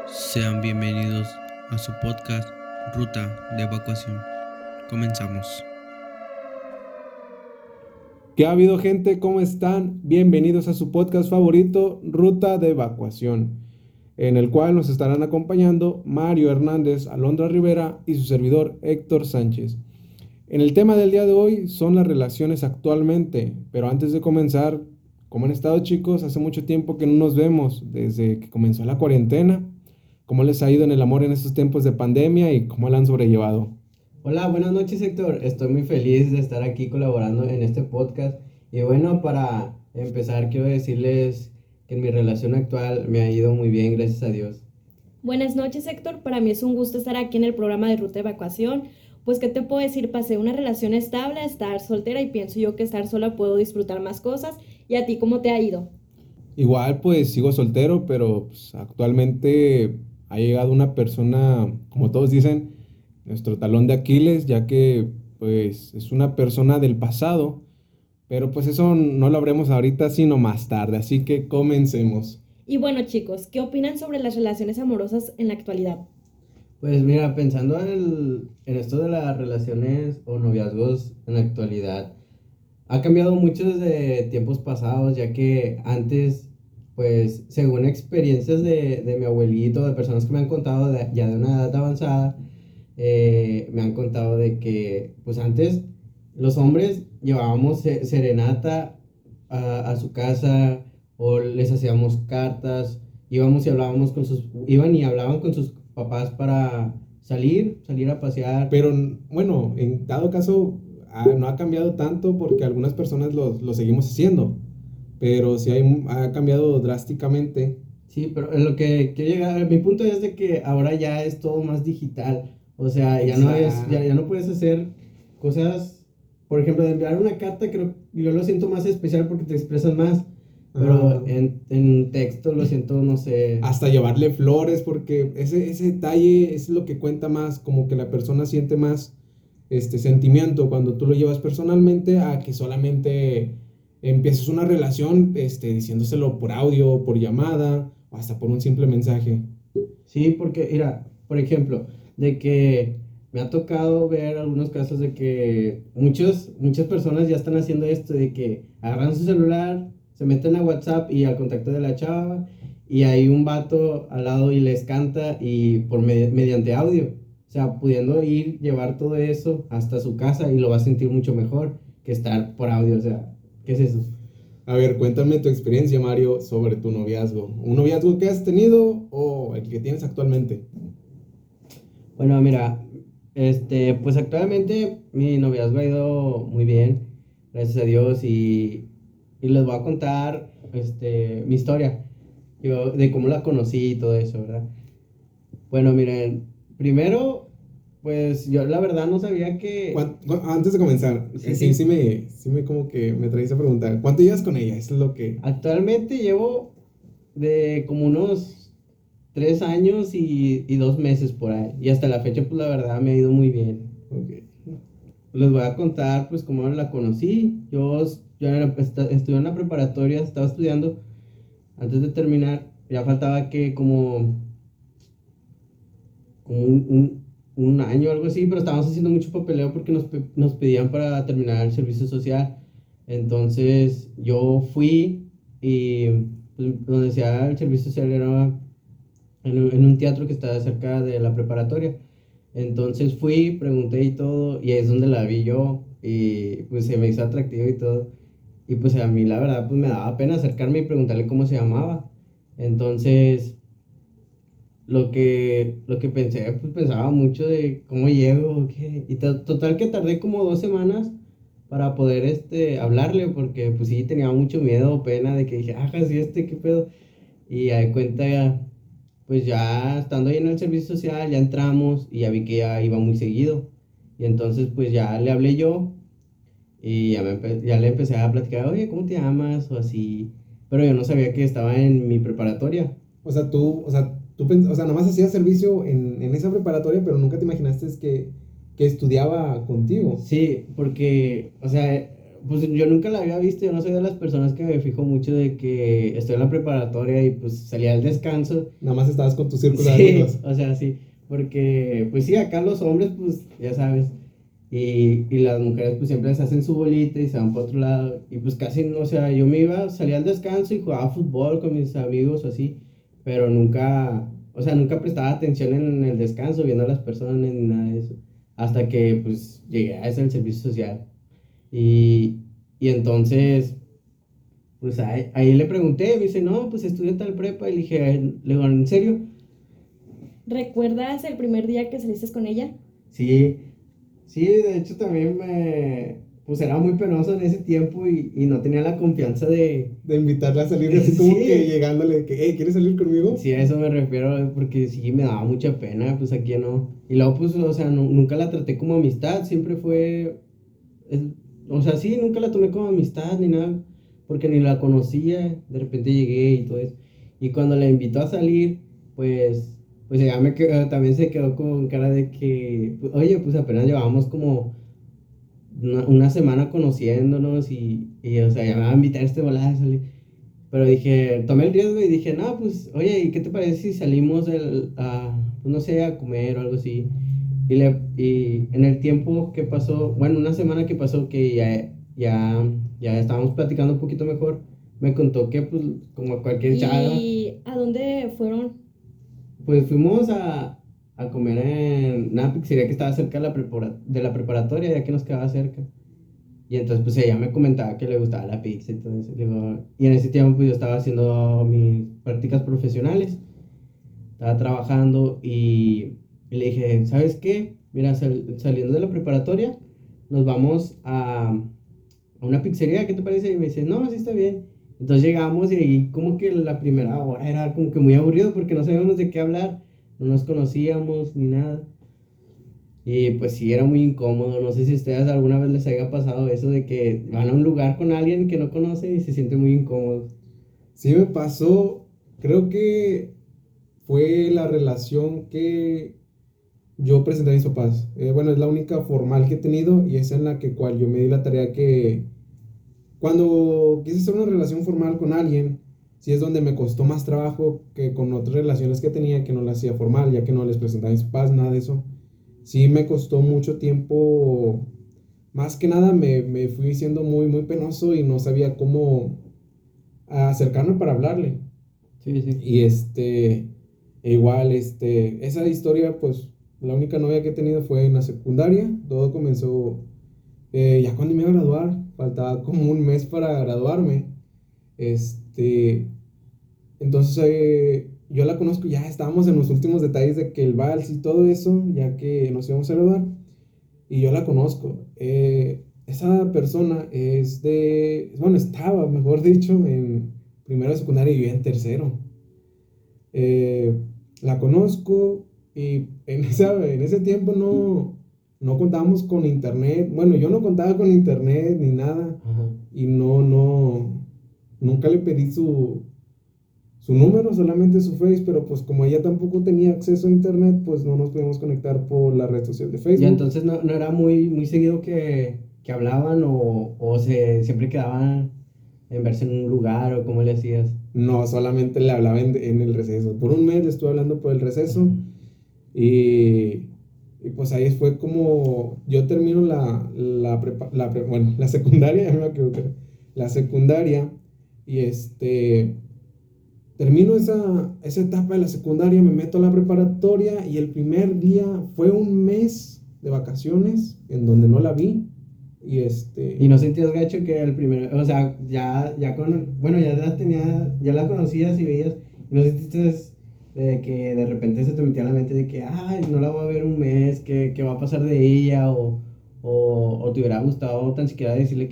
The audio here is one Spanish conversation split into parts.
Sean bienvenidos a su podcast Ruta de Evacuación. Comenzamos. ¿Qué ha habido, gente? ¿Cómo están? Bienvenidos a su podcast favorito, Ruta de Evacuación, en el cual nos estarán acompañando Mario Hernández, Alondra Rivera y su servidor Héctor Sánchez. En el tema del día de hoy son las relaciones actualmente, pero antes de comenzar, ¿cómo han estado, chicos? Hace mucho tiempo que no nos vemos, desde que comenzó la cuarentena. ¿Cómo les ha ido en el amor en estos tiempos de pandemia y cómo la han sobrellevado? Hola, buenas noches, Héctor. Estoy muy feliz de estar aquí colaborando en este podcast. Y bueno, para empezar, quiero decirles que en mi relación actual me ha ido muy bien, gracias a Dios. Buenas noches, Héctor. Para mí es un gusto estar aquí en el programa de Ruta de Evacuación. Pues, ¿qué te puedo decir? Pasé una relación estable a estar soltera y pienso yo que estar sola puedo disfrutar más cosas. ¿Y a ti cómo te ha ido? Igual, pues sigo soltero, pero pues, actualmente ha llegado una persona, como todos dicen, nuestro talón de Aquiles, ya que pues es una persona del pasado, pero pues eso no lo habremos ahorita, sino más tarde, así que comencemos. Y bueno, chicos, ¿qué opinan sobre las relaciones amorosas en la actualidad? Pues mira, pensando en esto de las relaciones o noviazgos en la actualidad, ha cambiado mucho desde tiempos pasados, ya que antes, pues según experiencias de mi abuelito, de personas que me han contado ya de una edad avanzada, me han contado de que pues antes los hombres llevábamos serenata a su casa o les hacíamos cartas, íbamos y hablábamos iban y hablaban con sus papás para salir a pasear. Pero bueno, en dado caso, no ha cambiado tanto porque algunas personas lo seguimos haciendo, pero sí ha cambiado drásticamente. Sí, pero en lo que quiero llegar, mi punto es de que ahora ya es todo más digital. O sea, ya no puedes hacer cosas, por ejemplo, de enviar una carta, creo, yo lo siento más especial porque te expresas más. Pero en texto lo siento, no sé. Hasta llevarle flores, porque ese detalle es lo que cuenta más, como que la persona siente más sentimiento cuando tú lo llevas personalmente a que solamente empieces una relación diciéndoselo por audio, por llamada, o hasta por un simple mensaje. Sí, porque, mira, por ejemplo, de que me ha tocado ver algunos casos de que muchas personas ya están haciendo esto, de que agarran su celular, se meten a WhatsApp y al contacto de la chava, y hay un vato al lado y les canta y mediante audio. O sea, pudiendo llevar todo eso hasta su casa y lo va a sentir mucho mejor que estar por audio. O sea, ¿qué es eso? A ver, cuéntame tu experiencia, Mario, sobre tu noviazgo. ¿Un noviazgo que has tenido o el que tienes actualmente? Bueno, mira, pues actualmente mi noviazgo ha ido muy bien, gracias a Dios, y les voy a contar, mi historia, yo, de cómo la conocí y todo eso, ¿verdad? Bueno, miren, primero, pues yo la verdad no sabía que... Antes de comenzar, sí me como que me traes a preguntar, ¿cuánto llevas con ella? Eso es lo que... Actualmente llevo de como unos 3 años y 2 meses por ahí, y hasta la fecha, pues la verdad me ha ido muy bien. Okay. Les voy a contar pues cómo la conocí. Yo estuve en la preparatoria, estaba estudiando antes de terminar. Ya faltaba que como un año o algo así, pero estábamos haciendo mucho papeleo porque nos pedían para terminar el servicio social. Entonces yo fui y pues, donde decía el servicio social era en un teatro que estaba cerca de la preparatoria. Entonces fui, pregunté y todo, y ahí es donde la vi yo, y pues se me hizo atractivo y todo. Y pues a mí la verdad pues me daba pena acercarme y preguntarle cómo se llamaba. Entonces lo que pensé, pues pensaba mucho de cómo llego, o qué. Y total que tardé como 2 semanas para poder hablarle, porque pues sí tenía mucho miedo o pena de que dije, sí, qué pedo. Y a cuenta ya, pues ya estando ahí en el servicio social, ya entramos y ya vi que ya iba muy seguido. Y entonces pues ya le hablé yo y ya le empecé a platicar, oye, ¿cómo te llamas? O así. Pero yo no sabía que estaba en mi preparatoria. O sea, nomás hacías servicio en esa preparatoria, pero nunca te imaginaste que estudiaba contigo. Sí, porque, o sea, pues yo nunca la había visto, yo no soy de las personas que me fijo mucho de que estoy en la preparatoria y pues salía al descanso. Nada más estabas con tu círculo de Sí, amigos. o sea, sí, porque pues sí, acá los hombres, pues ya sabes, y las mujeres pues siempre se hacen su bolita y se van para otro lado, y pues casi, no, o sea, yo me iba, salía al descanso y jugaba fútbol con mis amigos o así, pero nunca, o sea, nunca prestaba atención en el descanso, viendo a las personas ni nada de eso, hasta que pues llegué a ese el servicio social, y, y entonces, pues ahí le pregunté, me dice, no, pues estudio en tal prepa, y le digo, ¿en serio? ¿Recuerdas el primer día que saliste con ella? Sí, sí, de hecho también pues era muy penoso en ese tiempo y no tenía la confianza de, De invitarla a salir así como Sí. que llegándole, que, hey, ¿quieres salir conmigo? sí, a eso me refiero, porque sí me daba mucha pena, pues aquí no. Y luego, pues, o sea, nunca la traté como amistad, siempre fue, es- o sea, sí, nunca la tomé como amistad ni nada, porque ni la conocía, de repente llegué y todo eso. Y cuando la invitó a salir, pues ella también se quedó con cara de que, pues, oye, pues apenas llevábamos como una semana conociéndonos o sea, ya me va a invitar a este volada a salir. Pero dije, tomé el riesgo y dije, no, pues, oye, ¿y qué te parece si salimos pues, no sé, a comer o algo así? Y en el tiempo que pasó, bueno, una semana que pasó que ya estábamos platicando un poquito mejor, me contó que, pues, como cualquier chava, ¿Y a dónde fueron? pues fuimos a comer en una pizzería que estaba cerca de la preparatoria, ya que nos quedaba cerca. Y entonces pues ella me comentaba que le gustaba la pizza y todo eso. Y en ese tiempo pues yo estaba haciendo mis prácticas profesionales, estaba trabajando y le dije, ¿sabes qué? Mira, saliendo de la preparatoria, nos vamos a una pizzería, ¿qué te parece? Y me dice, no, sí está bien. Entonces llegamos y ahí como que la primera hora era como que muy aburrido porque no sabíamos de qué hablar, no nos conocíamos ni nada. Y pues sí, era muy incómodo. No sé si a ustedes alguna vez les haya pasado eso de que van a un lugar con alguien que no conocen y se sienten muy incómodos. Sí me pasó, creo que fue la relación que yo presenté a mis papás. Bueno, es la única formal que he tenido y es en la que cual yo me di la tarea que cuando quise hacer una relación formal con alguien, sí es donde me costó más trabajo que con otras relaciones que tenía que no la hacía formal, ya que no les presentaba a mis papás, nada de eso. Sí me costó mucho tiempo, más que nada me fui siendo muy penoso y no sabía cómo acercarme para hablarle. Sí, sí. Y igual, esa historia, pues la única novia que he tenido fue en la secundaria. Todo comenzó ya cuando me iba a graduar, faltaba como un mes para graduarme. Este, entonces yo la conozco, ya estábamos en los últimos detalles de que el vals y todo eso, ya que nos íbamos a graduar. Y yo la conozco. Esa persona bueno, estaba, mejor dicho, en primero de secundaria y yo en tercero. Eh, la conozco y en ese tiempo no contábamos con internet. Bueno, yo no contaba con internet ni nada Ajá. y nunca le pedí su número, solamente su Face, pero pues como ella tampoco tenía acceso a internet, pues no nos podíamos conectar por la red social de Y Facebook. entonces no era muy seguido que hablaban o siempre quedaban en verse en un lugar o cómo le hacías. No, solamente le hablaba en el receso. Por un mes le estuve hablando por el receso. Y, y pues ahí fue como yo termino bueno, la secundaria, ya me equivoqué, la secundaria, y termino esa etapa de la secundaria, me meto a la preparatoria y el primer día fue un mes de vacaciones en donde no la vi. Y Y no sentías gacho que el primero, o sea, bueno, ya la conocías y veías, y no sentiste de que de repente se te metía a la mente de que, ay, no la voy a ver un mes, ¿qué va a pasar de ella? O te hubiera gustado tan siquiera decirle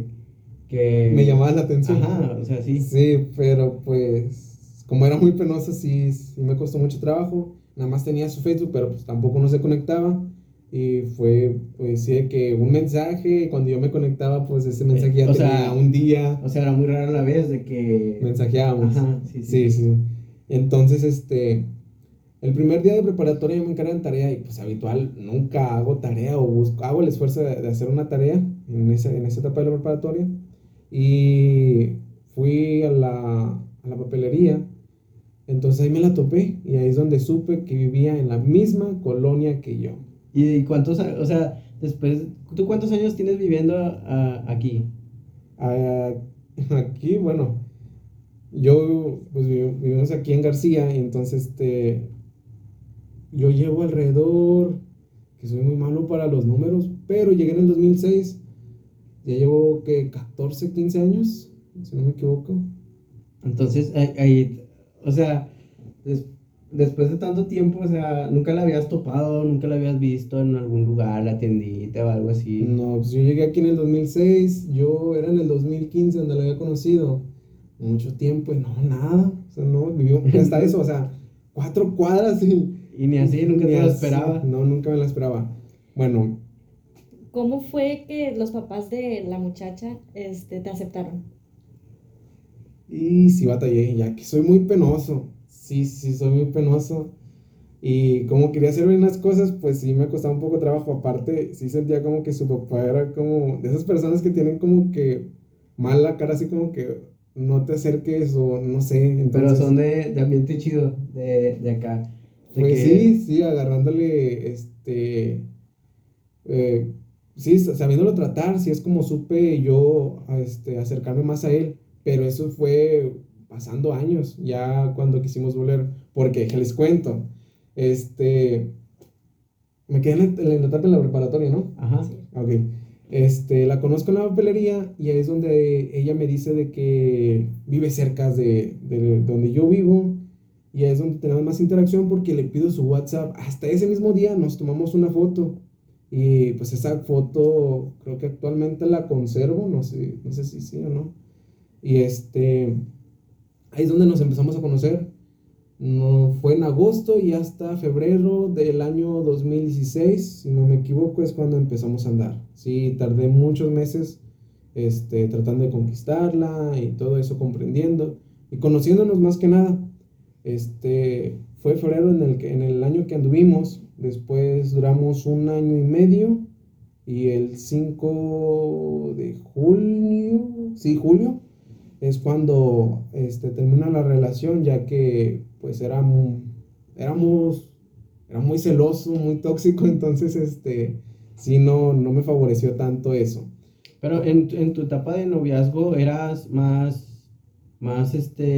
me que, llamaba la atención. ajá, o sea, sí. Sí, pero pues como era muy penoso, sí me costó mucho trabajo. Nada más tenía su Facebook, pero pues tampoco no se conectaba. Y fue, pues sí, de que un mensaje, y cuando yo me conectaba, pues ese mensaje ya O tenía sea, un día, o sea, era muy raro a la vez de que, mensajeábamos. ajá, sí, sí. Sí, sí. Entonces, el primer día de preparatoria yo me encargan tarea y pues habitual, nunca hago tarea o hago el esfuerzo de hacer una tarea. en esa etapa de la preparatoria y fui a la papelería. Entonces ahí me la topé y ahí es donde supe que vivía en la misma colonia que yo. ¿Y cuántos, o sea, después, tú cuántos años tienes viviendo aquí? Ah, aquí, bueno, yo pues vivimos aquí en García y entonces yo llevo alrededor, que soy muy malo para los números, pero llegué en el 2006, ya llevo que 14, 15 años, si no me equivoco. Entonces, ahí, o sea, después de tanto tiempo, o sea, nunca la habías topado, nunca la habías visto en algún lugar, la tiendita o algo así. No, pues yo llegué aquí en el 2006, yo era en el 2015 donde lo había conocido, mucho tiempo y no, nada, o sea, no, vivió hasta eso, o sea, 4 cuadras Y ni así, nunca ni te lo así, esperaba. no, nunca me la esperaba. Bueno, ¿Cómo fue que los papás de la muchacha te aceptaron? y sí batallé, ya que soy muy penoso, sí, soy muy penoso. Y como quería hacer bien las cosas, pues sí me costaba un poco de trabajo. Aparte, sí sentía como que su papá era como de esas personas que tienen como que mala cara, así como que no te acerques o no sé. Pero son Entonces, de ambiente chido, de acá. De pues que, sí, agarrándole, eh, sí, sabiéndolo tratar, sí es como supe yo, acercarme más a él. Pero eso fue pasando años, ya cuando quisimos volver, porque que les cuento, este... Me quedé en la etapa de la preparatoria, ¿no? ajá. Sí. Ok. La conozco en la papelería y ahí es donde ella me dice de que vive cerca de donde yo vivo y ahí es donde tenemos más interacción porque le pido su WhatsApp. Hasta ese mismo día nos tomamos una foto y pues esa foto creo que actualmente la conservo, no sé si sí o no. Y ahí es donde nos empezamos a conocer. No, fue en agosto y hasta febrero del año 2016, si no me equivoco, es cuando empezamos a andar. Sí, tardé muchos meses tratando de conquistarla y todo eso comprendiendo y conociéndonos más que nada. Fue febrero en el año que anduvimos, después duramos un año y medio y el 5 de junio, sí, julio, es cuando termina la relación, ya que pues éramos, era muy celoso, muy tóxico, entonces sí no me favoreció tanto eso. Pero en tu etapa de noviazgo eras más,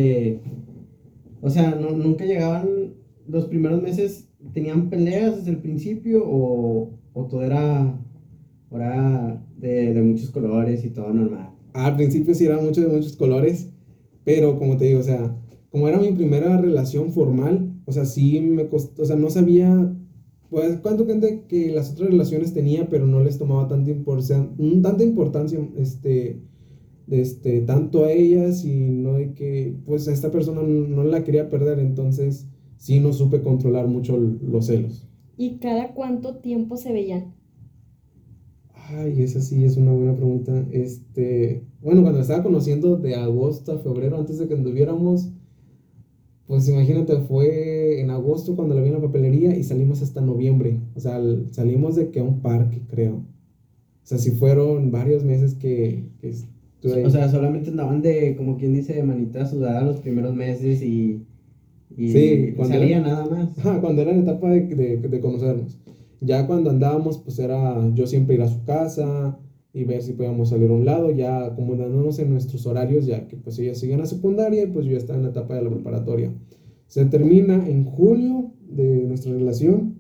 o sea, nunca llegaban, los primeros meses tenían peleas desde el principio o todo era de muchos colores y todo normal. Al principio sí era mucho de muchos colores, pero como te digo, o sea, como era mi primera relación formal, o sea, sí me costó, o sea, no sabía, pues, cuánto gente que las otras relaciones tenía, pero no les tomaba tanta importancia, tanto a ellas y no de que, pues, a esta persona no la quería perder, entonces sí no supe controlar mucho los celos. ¿Y cada cuánto tiempo se veían? Ay, esa sí es una buena pregunta. Bueno, cuando la estaba conociendo de agosto a febrero, antes de que anduviéramos, pues imagínate, fue en agosto cuando la vi en la papelería y salimos hasta noviembre. O sea, salimos de que a un parque, creo. O sea, sí fueron varios meses que estuve O ahí. sea, solamente andaban de, como quien dice, de manita sudada los primeros meses Sí, y salía nada más. ajá, cuando era la etapa de conocernos. Ya cuando andábamos, pues era yo siempre ir a su casa y ver si podíamos salir a un lado, ya acomodándonos en nuestros horarios, ya que pues ella sigue en la secundaria y pues yo ya estaba en la etapa de la preparatoria. Se termina en julio de nuestra relación,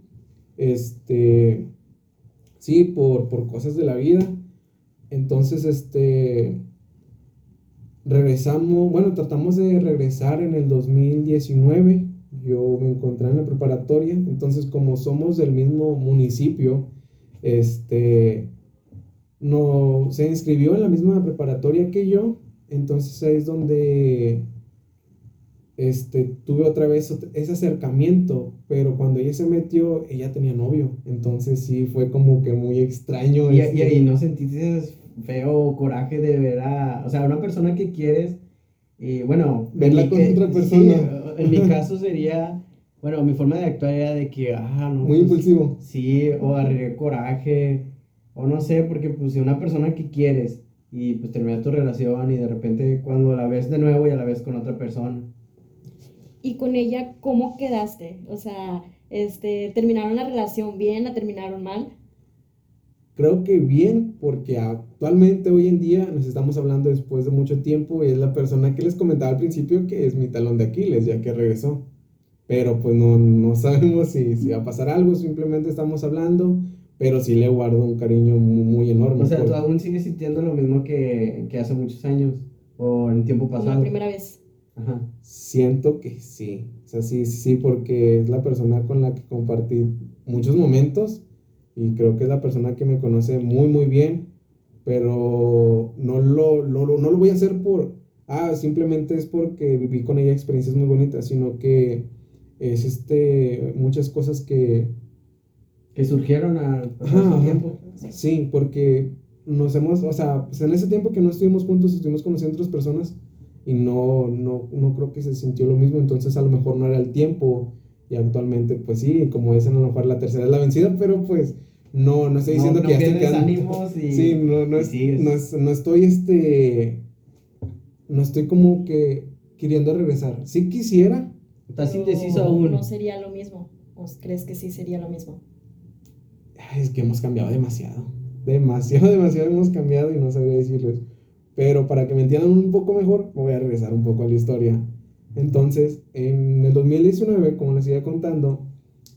sí, por cosas de la vida. Entonces, regresamos, bueno, tratamos de regresar en el 2019. Yo me encontré en la preparatoria, entonces como somos del mismo municipio, no, se inscribió en la misma preparatoria que yo, entonces ahí es donde tuve otra vez ese acercamiento, pero cuando ella se metió, ella tenía novio, entonces sí fue como que muy extraño. Y ahí no sentiste feo coraje de ver o sea, una persona que quieres, y bueno, Verla con otra sí, persona. en mi caso sería, bueno, mi forma de actuar era de que, no, Muy pues impulsivo. sí, o agarré coraje, O no sé, porque pues si una persona que quieres y pues terminas tu relación y de repente cuando la ves de nuevo ya la ves con otra persona. Y con ella, ¿cómo quedaste? O sea, ¿terminaron la relación bien? ¿La terminaron mal? Creo que bien, porque actualmente, hoy en día, nos estamos hablando después de mucho tiempo y es la persona que les comentaba al principio que es mi talón de Aquiles, ya que regresó. Pero pues no sabemos si va a pasar algo, simplemente estamos hablando, pero sí le guardo un cariño muy enorme. O sea, tú aún sigues sintiendo lo mismo que hace muchos años o en tiempo Como pasado. la primera vez. Ajá. Siento que sí, o sea, sí, porque es la persona con la que compartí muchos momentos y creo que es la persona que me conoce muy bien, pero no lo voy a hacer simplemente es porque viví con ella experiencias muy bonitas, sino que es muchas cosas Que surgieron al pasar Ajá, su ajá. tiempo. Sí, porque o sea, pues en ese tiempo que no estuvimos juntos, estuvimos conociendo otras personas y no creo que se sintió lo mismo, entonces a lo mejor no era el tiempo y actualmente pues sí, como dicen, a lo mejor la tercera es la vencida, pero pues no estoy diciendo que ya estoy pierdes quedando. ánimos y, Sí, y sigues. No estoy como que queriendo regresar. Sí quisiera. Estás Pero indeciso aún. ¿no sería lo mismo? ¿O crees que sí sería lo mismo? Ay, es que hemos cambiado demasiado. Demasiado hemos cambiado y no sabría decirles. Pero para que me entiendan un poco mejor, me voy a regresar un poco a la historia. Entonces, en el 2019, como les iba contando,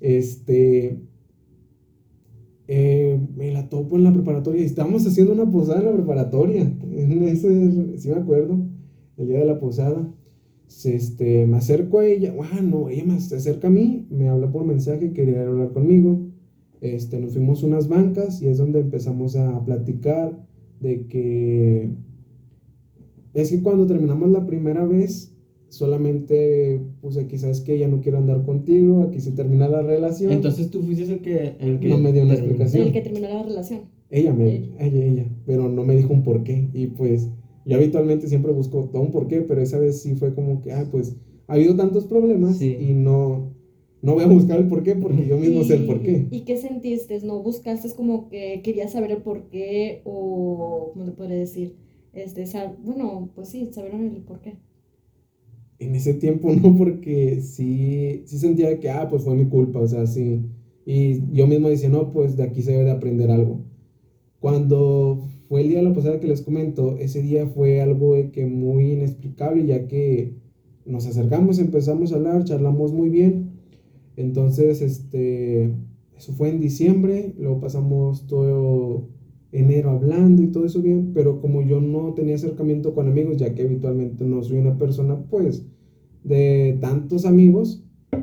me la topo en la preparatoria y estábamos haciendo una posada en la preparatoria. Sí me acuerdo, el día de la posada. Me acerco a ella, no, ella se acerca a mí, me habla por mensaje, quería hablar conmigo. Nos fuimos unas bancas y es donde empezamos a platicar de que es que cuando terminamos la primera vez, solamente puse quizás que ella no quiere andar contigo, aquí se termina la relación. Entonces tú fuiste el que No me dio una terminó. explicación. El que terminó la relación. Ella, pero no me dijo un por qué. Y pues yo habitualmente siempre busco todo un por qué, pero esa vez sí fue como que, pues ha habido tantos problemas Sí. y no voy a buscar el por qué porque yo mismo sé el por qué. ¿Y qué sentiste? ¿No buscaste como que querías saber el por qué o, cómo te podría decir? Bueno, pues sí, sabieron el por qué. En ese tiempo no, porque sí sentía que, pues fue mi culpa, o sea, sí. Y yo mismo decía, no, pues de aquí se debe de aprender algo. Cuando fue el día de la posada que les comento, ese día fue algo de que muy inexplicable, ya que nos acercamos, empezamos a hablar, charlamos muy bien. Entonces, eso fue en diciembre, luego pasamos todo enero hablando y todo eso bien, pero como yo no tenía acercamiento con amigos, ya que habitualmente no soy una persona, pues, de tantos amigos,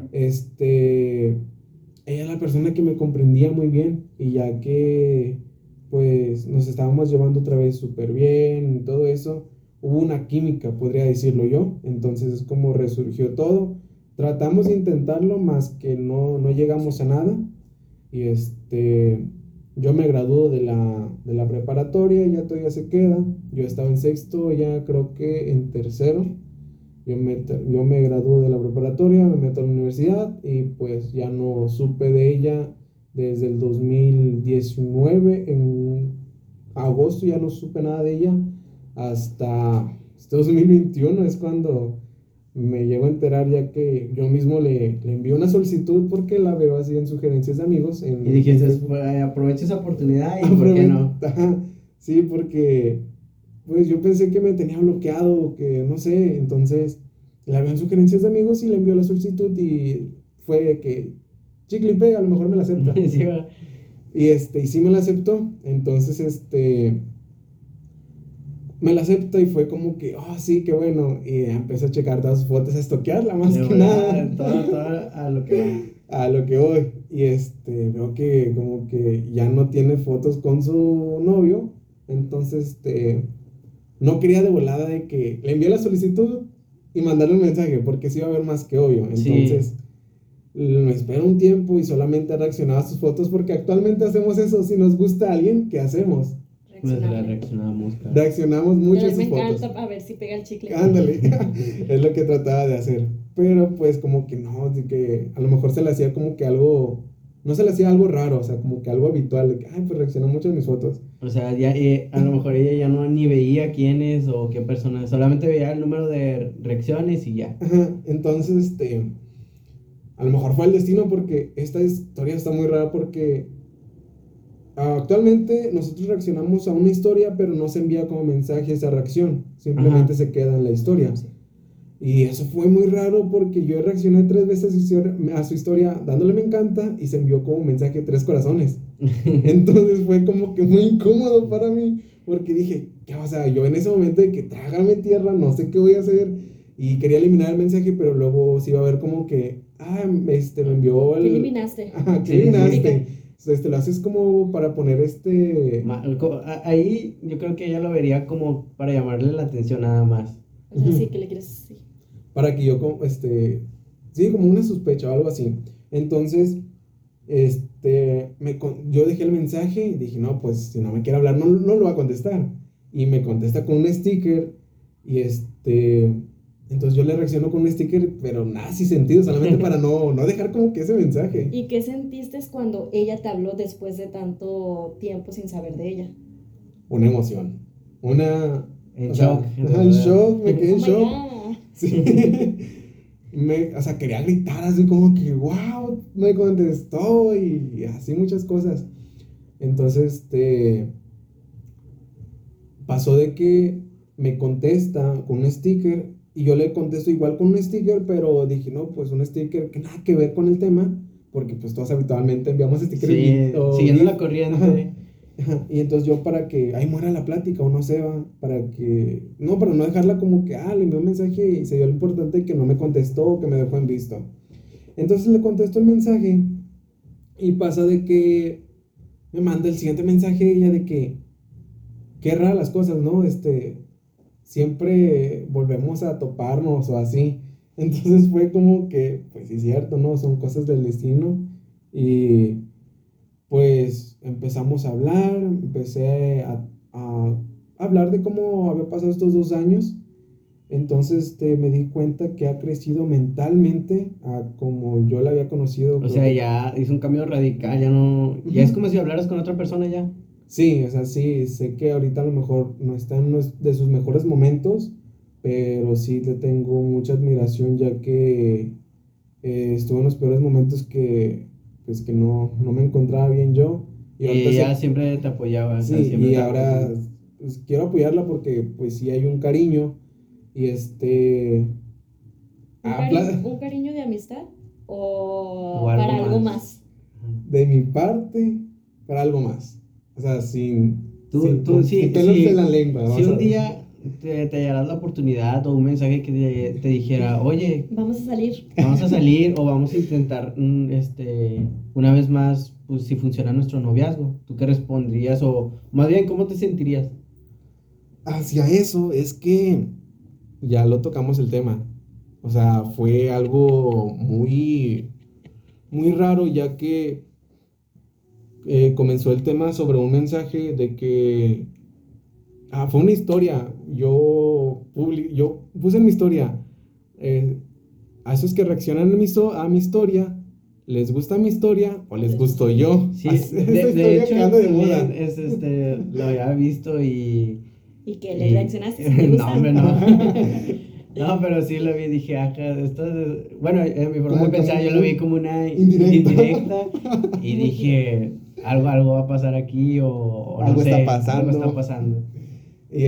ella es la persona que me comprendía muy bien y ya que pues nos estábamos llevando otra vez súper bien y todo eso, hubo una química, podría decirlo yo, entonces es como resurgió todo, tratamos de intentarlo, más que no llegamos a nada y yo me gradúo de la preparatoria, ya todavía se queda, yo estaba en sexto, ya creo que en tercero. Yo me gradué de la preparatoria, me meto a la universidad y pues ya no supe de ella desde el 2019, en agosto ya no supe nada de ella, hasta este 2021 es cuando me llego a enterar, ya que yo mismo le envié una solicitud porque la veo así en sugerencias de amigos. Y dijiste, pues, aprovecha esa oportunidad y ¿por qué no? Ajá, sí, porque pues yo pensé que me tenía bloqueado o que no sé, entonces le habían sugerencias de amigos y le envió la solicitud y fue que chicle y pega, a lo mejor me la acepta. Sí, va. Y sí me la aceptó, entonces me la acepta y fue como que, sí, qué bueno, y empecé a checar todas sus fotos, a estoquearla más Le que voy nada. todo a lo que va. A lo que voy. Y veo que como que ya no tiene fotos con su novio. Entonces, no quería de volada de que le envié la solicitud y mandarle un mensaje, porque sí iba a haber más que obvio. Entonces, me espero un tiempo y solamente reaccionaba a sus fotos, porque actualmente hacemos eso. Si nos gusta a alguien, ¿qué hacemos? Pues la reaccionamos, claro. Reaccionamos mucho a Me sus fotos. encanta a ver si pega el chicle. Ándale, es lo que trataba de hacer. Pero pues como que no, de que a lo mejor se le hacía como que algo no se le hacía algo raro, o sea, como que algo habitual, de que, ay, pues reaccionó mucho a mis fotos. O sea, ya, a lo mejor ella ya no ni veía quiénes o qué personas, solamente veía el número de reacciones y ya. Ajá, entonces, a lo mejor fue el destino porque esta historia está muy rara porque actualmente nosotros reaccionamos a una historia, pero no se envía como mensaje esa reacción, simplemente Ajá. se queda en la historia. Y eso fue muy raro porque yo reaccioné 3 veces a su historia dándole me encanta y se envió como mensaje 3 corazones. Entonces fue como que muy incómodo para mí porque dije, ¿qué? O sea, yo en ese momento de que trágame tierra, no sé qué voy a hacer y quería eliminar el mensaje, pero luego se iba a ver como que, me envió ¿Qué el... eliminaste? Ajá, ¿qué Sí, sí. eliminaste? Lo haces como para poner Ahí yo creo que ella lo vería como para llamarle la atención nada más. O sea, Ujú. sí, que le quieres, sí. Para que yo, sí, como una sospecha o algo así. Entonces, yo dejé el mensaje y dije, no, pues si no me quiere hablar, no, no lo va a contestar. Y me contesta con un sticker y entonces yo le reacciono con un sticker, pero nada, sin sentido, solamente para no dejar como que ese mensaje. ¿Y qué sentiste cuando ella te habló después de tanto tiempo sin saber de ella? Una emoción, una... En o sea, shock, ajá, en shock, me quedé Oh en my shock. God. Sí. O sea, quería gritar así como que, wow, me contestó y así muchas cosas. Entonces, pasó de que me contesta con un sticker y yo le contesto igual con un sticker, pero dije, no, pues un sticker que nada que ver con el tema, porque pues todos habitualmente enviamos stickers Sí, o siguiendo GIF. la corriente. Ajá. Ajá. Y entonces yo para que ahí muera la plática o no se va, para no dejarla como que, le envió un mensaje y se dio lo importante que no me contestó o que me dejó en visto. Entonces le contesto el mensaje y pasa de que me manda el siguiente mensaje ella de que, qué raras las cosas, ¿no? Siempre volvemos a toparnos o así. Entonces fue como que, pues sí es cierto, ¿no? Son cosas del destino y pues empezamos a hablar, empecé a hablar de cómo había pasado estos 2 años. Entonces me di cuenta que ha crecido mentalmente a como yo la había conocido. O Creo sea, que... ya hizo un cambio radical, ya no, ya es Ujú. como si hablaras con otra persona ya. Sí, o sea, sí, sé que ahorita a lo mejor no está en uno de sus mejores momentos, pero sí le tengo mucha admiración ya que estuvo en los peores momentos pues que no me encontraba bien yo. Y Y ahorita ella sé, siempre te apoyaba, o sea, sí, siempre y te ahora apoyó. pues, quiero apoyarla porque pues sí hay un cariño y habla Un cariño de amistad O o algo para algo más. más? de mi parte para algo más. O sea, sin Sí, pelos en la lengua, si vamos a un ver. día te darás la oportunidad o un mensaje que te dijera, oye, Vamos a salir. vamos a salir o vamos a intentar, una vez más, pues si funciona nuestro noviazgo, ¿tú qué responderías? O más bien, ¿cómo te sentirías? Hacia eso es que ya lo tocamos el tema. O sea, fue algo muy, muy raro ya que comenzó el tema sobre un mensaje de que fue una historia. Yo puse en mi historia eh, a esos que reaccionan a mi historia, ¿les gusta mi historia o les gusto yo? Sí, Esta de historia hecho, que anda de también moda. lo había visto ¿Y que le reaccionaste si te no, gustan? hombre, no. No, pero sí lo vi, dije, bueno, en mi forma de Como, pensar, yo lo vi como una indirecta y Muy dije, algo va a pasar aquí o no algo está sé, algo está pasando. pasando. Y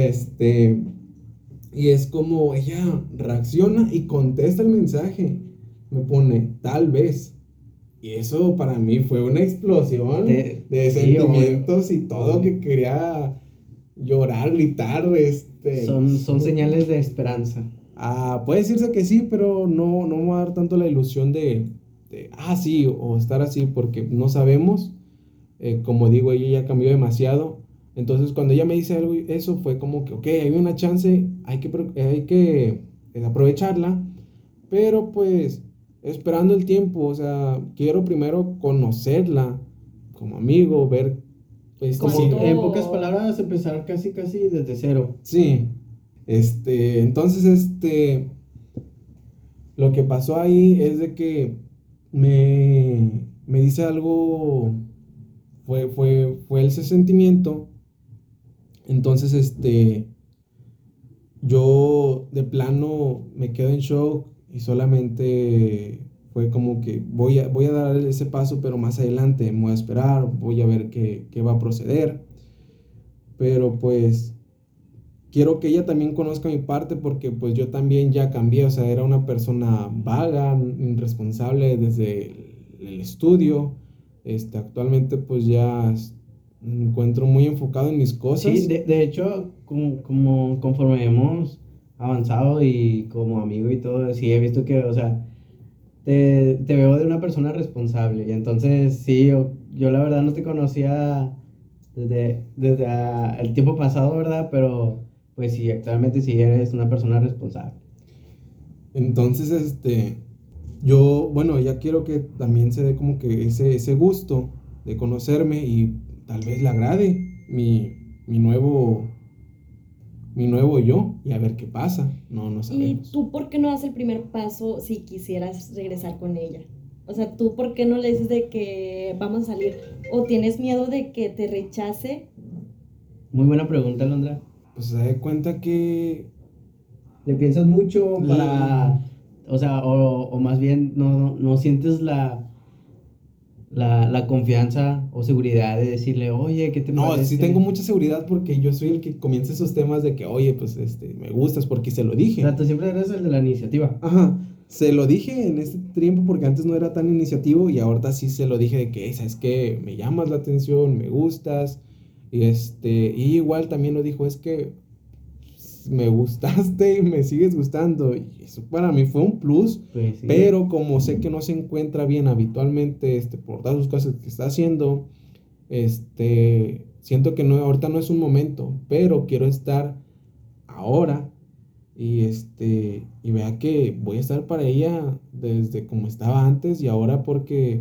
y es como ella reacciona y contesta el mensaje. Me pone, tal vez. Y eso para mí fue una explosión de Sí, obvio. sentimientos y todo que quería llorar, gritar, Son señales de esperanza. puede decirse que sí, pero no me va a dar tanto la ilusión sí, o estar así, porque no sabemos. Como digo, ella ya cambió demasiado. Entonces, cuando ella me dice algo, eso fue como que, ok, hay una chance, hay que aprovecharla, pero pues esperando el tiempo, o sea, quiero primero conocerla como amigo, ver, Como sí, en pocas ¿Cuánto? palabras, empezar casi desde cero. sí, entonces, lo que pasó ahí es de que me, me dice algo, fue ese sentimiento. Entonces, yo de plano me quedo en shock y solamente fue como que voy a dar ese paso, pero más adelante me voy a esperar, voy a ver qué va a proceder. Pero pues quiero que ella también conozca mi parte porque pues yo también ya cambié, o sea, era una persona vaga, irresponsable desde el estudio. Actualmente pues ya me encuentro muy enfocado en mis cosas. Sí, de hecho, conforme hemos avanzado y como amigo y todo, sí he visto que, o sea, te veo de una persona responsable. Y entonces, sí, yo la verdad no te conocía desde el tiempo pasado, ¿verdad? Pero, pues sí, actualmente sí eres una persona responsable. Entonces, yo, bueno, ya quiero que también se dé como que ese gusto de conocerme y tal vez le agrade mi nuevo, mi nuevo yo y a ver qué pasa. No ¿Y sabemos. tú por qué no das el primer paso si quisieras regresar con ella? O sea, ¿tú por qué no le dices de que vamos a salir? ¿O tienes miedo de que te rechace? Muy buena pregunta, Londra. Pues se da cuenta que ¿Le piensas mucho Le- para, o sea, o más bien no sientes la confianza o seguridad de decirle, oye, ¿qué te no, sí tengo parece? mucha seguridad porque yo soy el que comienza esos temas de que, oye, pues me gustas porque se lo O dije. sea, tú siempre eres el de la iniciativa. Ajá, se lo dije en este tiempo porque antes no era tan iniciativo y ahorita sí se lo dije de que, ¿sabes qué? Me llamas la atención, me gustas. Y igual también lo dijo, es que me gustaste y me sigues gustando. Y eso para mí fue un plus, Pues sí. pero como sé que no se encuentra bien habitualmente, por todas las cosas que está haciendo, siento que no, ahorita no es un momento, pero quiero estar ahora y vea que voy a estar para ella desde como estaba antes y ahora porque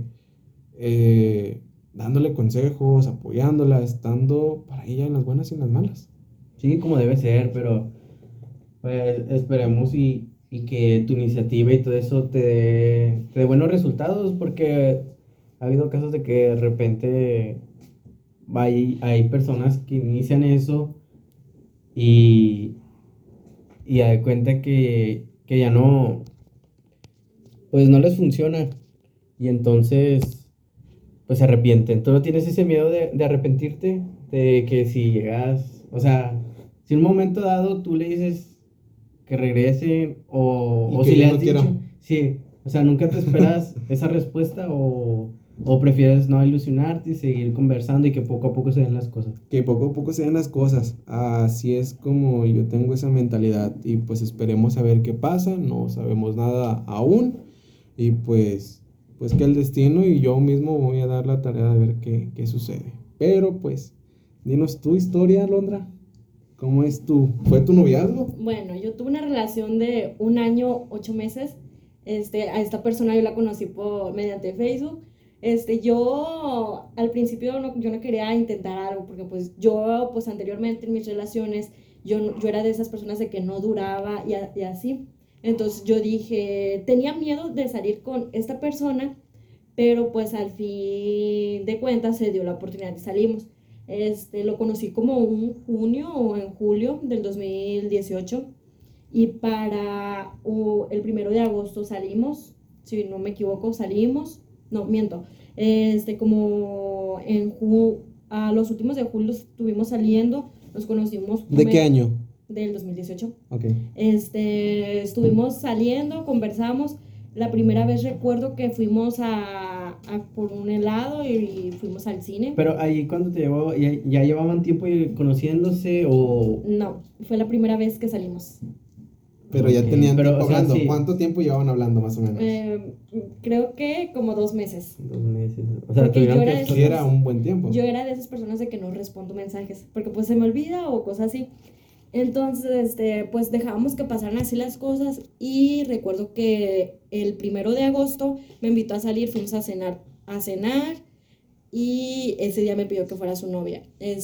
dándole consejos, apoyándola, estando para ella en las buenas y en las malas. Sí, como debe ser, pero pues esperemos y que tu iniciativa y todo eso te dé buenos resultados, porque ha habido casos de que de repente hay personas que inician eso y, y da cuenta que ya no, pues no les funciona y entonces pues se arrepienten. ¿Tú no tienes ese miedo de arrepentirte? De que si llegas, o sea, si en un momento dado tú le dices que regrese Y o que si le yo has no quiera. dicho, sí, o sea, nunca te esperas esa respuesta o prefieres no ilusionarte y seguir conversando y que poco a poco se den las cosas. Que poco a poco se den las cosas. Así es como yo tengo esa mentalidad y pues esperemos a ver qué pasa. No sabemos nada aún y pues que el destino y yo mismo voy a dar la tarea de ver qué sucede. Pero pues, dinos tu historia, Londra. ¿Cómo es fue tu noviazgo? Bueno, yo tuve una relación de 1 año, 8 meses. A esta persona yo la conocí mediante Facebook. Yo al principio yo no quería intentar algo porque pues yo pues anteriormente en mis relaciones yo era de esas personas de que no duraba y así. Entonces yo dije, tenía miedo de salir con esta persona, pero pues al fin de cuentas se dio la oportunidad y salimos. Lo conocí como un junio o en julio del 2018 y para el 1 de agosto salimos, si no me equivoco, salimos, no, miento, como a los últimos de julio estuvimos saliendo, nos conocimos. ¿De qué año? Del 2018. Ok. Estuvimos saliendo, conversamos. La primera vez recuerdo que fuimos por un helado y fuimos al cine. Pero ahí cuando te llevó, ya llevaban tiempo conociéndose o... No, fue la primera vez que salimos. Pero ya Ok, tenían pero, tiempo o sea, hablando. sí. ¿Cuánto tiempo llevaban hablando más o menos? Creo que como 2 meses. 2 meses. O sea, Porque tuvieron yo era que de Sí, estar- era un buen tiempo. Yo era de esas personas de que no respondo mensajes, porque pues se me olvida o cosas así. Entonces, pues dejábamos que pasaran así las cosas y recuerdo que el 1 de agosto me invitó a salir, fuimos a cenar y ese día me pidió que fuera su novia.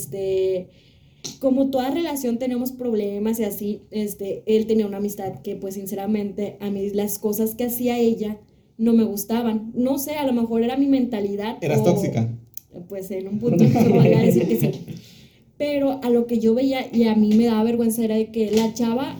Como toda relación tenemos problemas y así, él tenía una amistad que pues sinceramente a mí las cosas que hacía ella no me gustaban. No sé, a lo mejor era mi mentalidad. ¿Eras tóxica? Pues en un punto me podría decir que sí. Pero a lo que yo veía y a mí me daba vergüenza era de que la chava,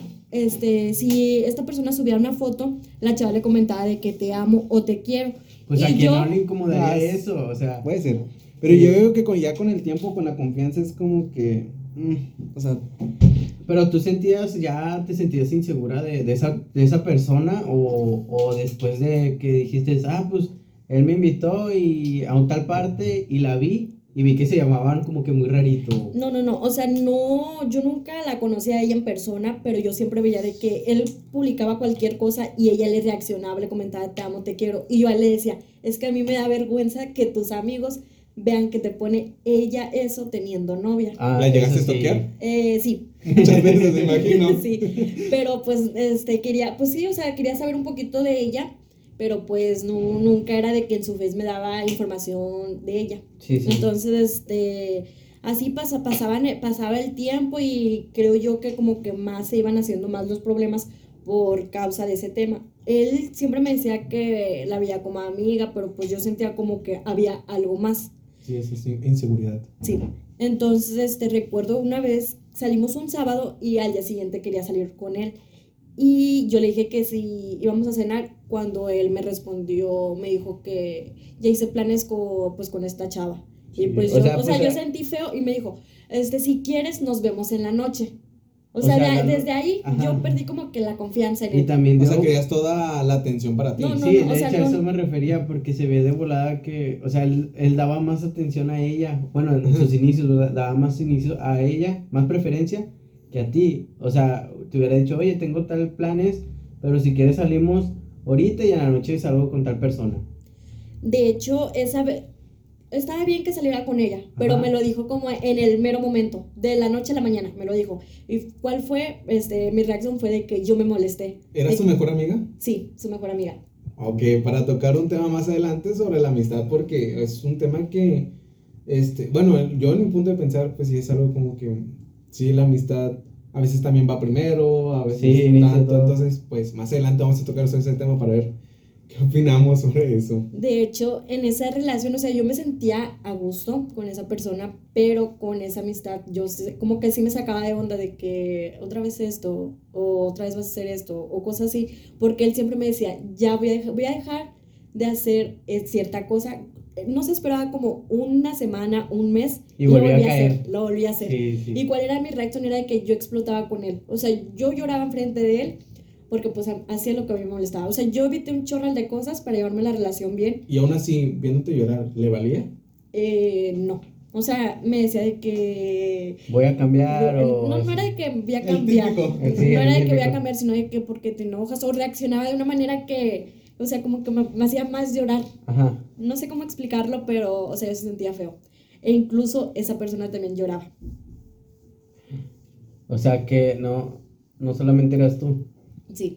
si esta persona subía una foto, la chava le comentaba de que te amo o te quiero. Pues Y a quien yo, no le incomodaría Ah, eso, o sea. Puede ser. Pero Sí. yo creo que ya con el tiempo, con la confianza, es como que. O sea, Pero tú ya te sentías insegura de esa persona o después de que dijiste, pues él me invitó a un tal parte y la vi y vi que se llamaban como que muy rarito. no, o sea, no, yo nunca la conocía a ella en persona, pero yo siempre veía de que él publicaba cualquier cosa y ella le reaccionaba, le comentaba, te amo, te quiero, y yo a él le decía, es que a mí me da vergüenza que tus amigos vean que te pone ella eso teniendo novia. ¿la llegaste a eso sí. stalkear? Sí. Muchas veces, me imagino. Sí, pero pues quería, pues sí, o sea, quería saber un poquito de ella, pero pues no, nunca era de que en su face me daba información de ella. Sí, sí. Entonces, así pasaba el tiempo y creo yo que como que más se iban haciendo más los problemas por causa de ese tema. Él siempre me decía que la veía como amiga, pero pues yo sentía como que había algo más. Sí, eso sí, inseguridad. Sí. Entonces, recuerdo una vez salimos un sábado y al día siguiente quería salir con él. Y yo le dije que si íbamos a cenar, cuando él me respondió, me dijo que ya hice planes con esta chava. Y pues O yo, sea, o sea, pues, yo sentí feo y me dijo, si quieres nos vemos en la noche. O O sea, sea, desde ahí ajá. yo perdí como que la confianza en Y él. también O dio- sea, querías toda la atención para ti. No, sí, o de sea, hecho a no. eso me refería porque se ve de volada que, o sea, él daba más atención a ella, bueno, en sus inicios, ¿verdad? Daba más inicio a ella, más preferencia que a ti. O sea, te hubiera dicho, oye, tengo tal planes, pero si quieres salimos ahorita y en la noche salgo con tal persona. De hecho, esa vez estaba bien que saliera con ella, pero Ajá. me lo dijo como en el mero momento, de la noche a la mañana, me lo dijo. ¿Y cuál fue? Mi reacción fue de que yo me molesté. ¿Eras tu mejor amiga? Sí, su mejor amiga. Ok, para tocar un tema más adelante sobre la amistad, porque es un tema que, bueno, yo en mi punto de pensar, pues sí es algo como que, sí, la amistad a veces también va primero, a veces Sí, inicia tanto, todo. entonces, pues más adelante vamos a tocar sobre ese tema para ver qué opinamos sobre eso. De hecho, en esa relación, o sea, yo me sentía a gusto con esa persona, pero con esa amistad, como que sí me sacaba de onda de que otra vez esto, o otra vez vas a hacer esto, o cosas así, porque él siempre me decía, ya voy a dejar de hacer cierta cosa. No se esperaba como una semana, un mes, Y lo volvía a volví a caer. hacer, lo volví a hacer. Sí, sí. ¿Y cuál era mi reacción? Era de que yo explotaba con él. O sea, yo lloraba enfrente de él porque pues hacía lo que a mí me molestaba. O sea, yo evité un chorral de cosas para llevarme la relación bien. Y aún así, viéndote llorar, ¿le valía? No. O sea, me decía de que... Voy a cambiar No era de que voy a El cambiar. típico. Sí, No era de que voy a típico. cambiar, sino de que porque te enojas o reaccionaba de una manera que, o sea, como que me hacía más llorar. Ajá. No sé cómo explicarlo, pero, o sea, yo se sentía feo. E incluso esa persona también lloraba. O sea que no solamente eras tú. Sí.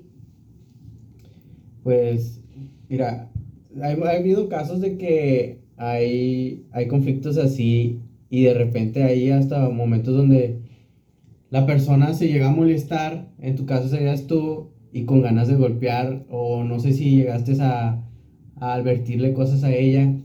Pues, mira, ha habido casos de que hay conflictos así y de repente hay hasta momentos donde la persona se llega a molestar, en tu caso serías tú, y con ganas de golpear, o no sé si llegaste a advertirle cosas a ella,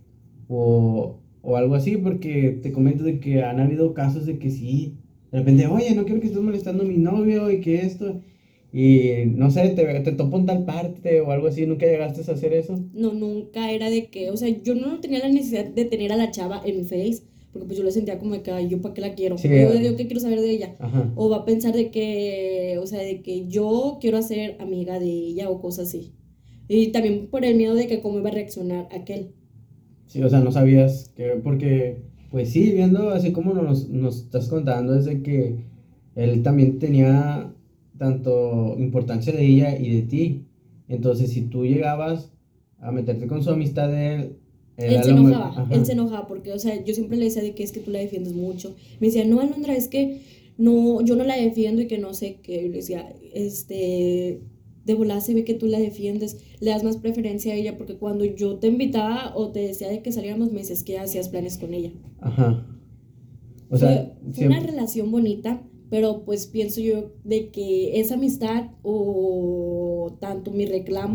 o algo así, porque te comento de que han habido casos de que sí, de repente, oye, no quiero que estés molestando a mi novio y que esto, y no sé, te topo en tal parte o algo así, ¿nunca llegaste a hacer eso? No, nunca era de que, o sea, yo no tenía la necesidad de tener a la chava en mi face, porque pues yo le sentía como de que, ay, ¿yo para qué la quiero? Sí, Yo qué quiero saber de ella. Ajá. O va a pensar de que, o sea, de que yo quiero ser amiga de ella o cosas así. Y también por el miedo de que cómo iba a reaccionar aquel. Sí, o sea, no sabías que, porque, pues sí, viendo así como nos estás contando, es de que él también tenía tanto importancia de ella y de ti. Entonces, si tú llegabas a meterte con su amistad de él, Él se lo enojaba, ajá. él se enojaba porque, o sea, yo siempre le decía de que es que tú la defiendes mucho. Me decía, no, Alondra, es que no, yo no la defiendo y que no sé qué. Y le decía, de volada se ve que tú la defiendes, le das más preferencia a ella porque cuando yo te invitaba o te decía de que saliéramos, me dices que hacías planes con ella. Ajá. O sea, Fue una relación bonita, pero pues pienso yo de que esa amistad o tanto mi reclamo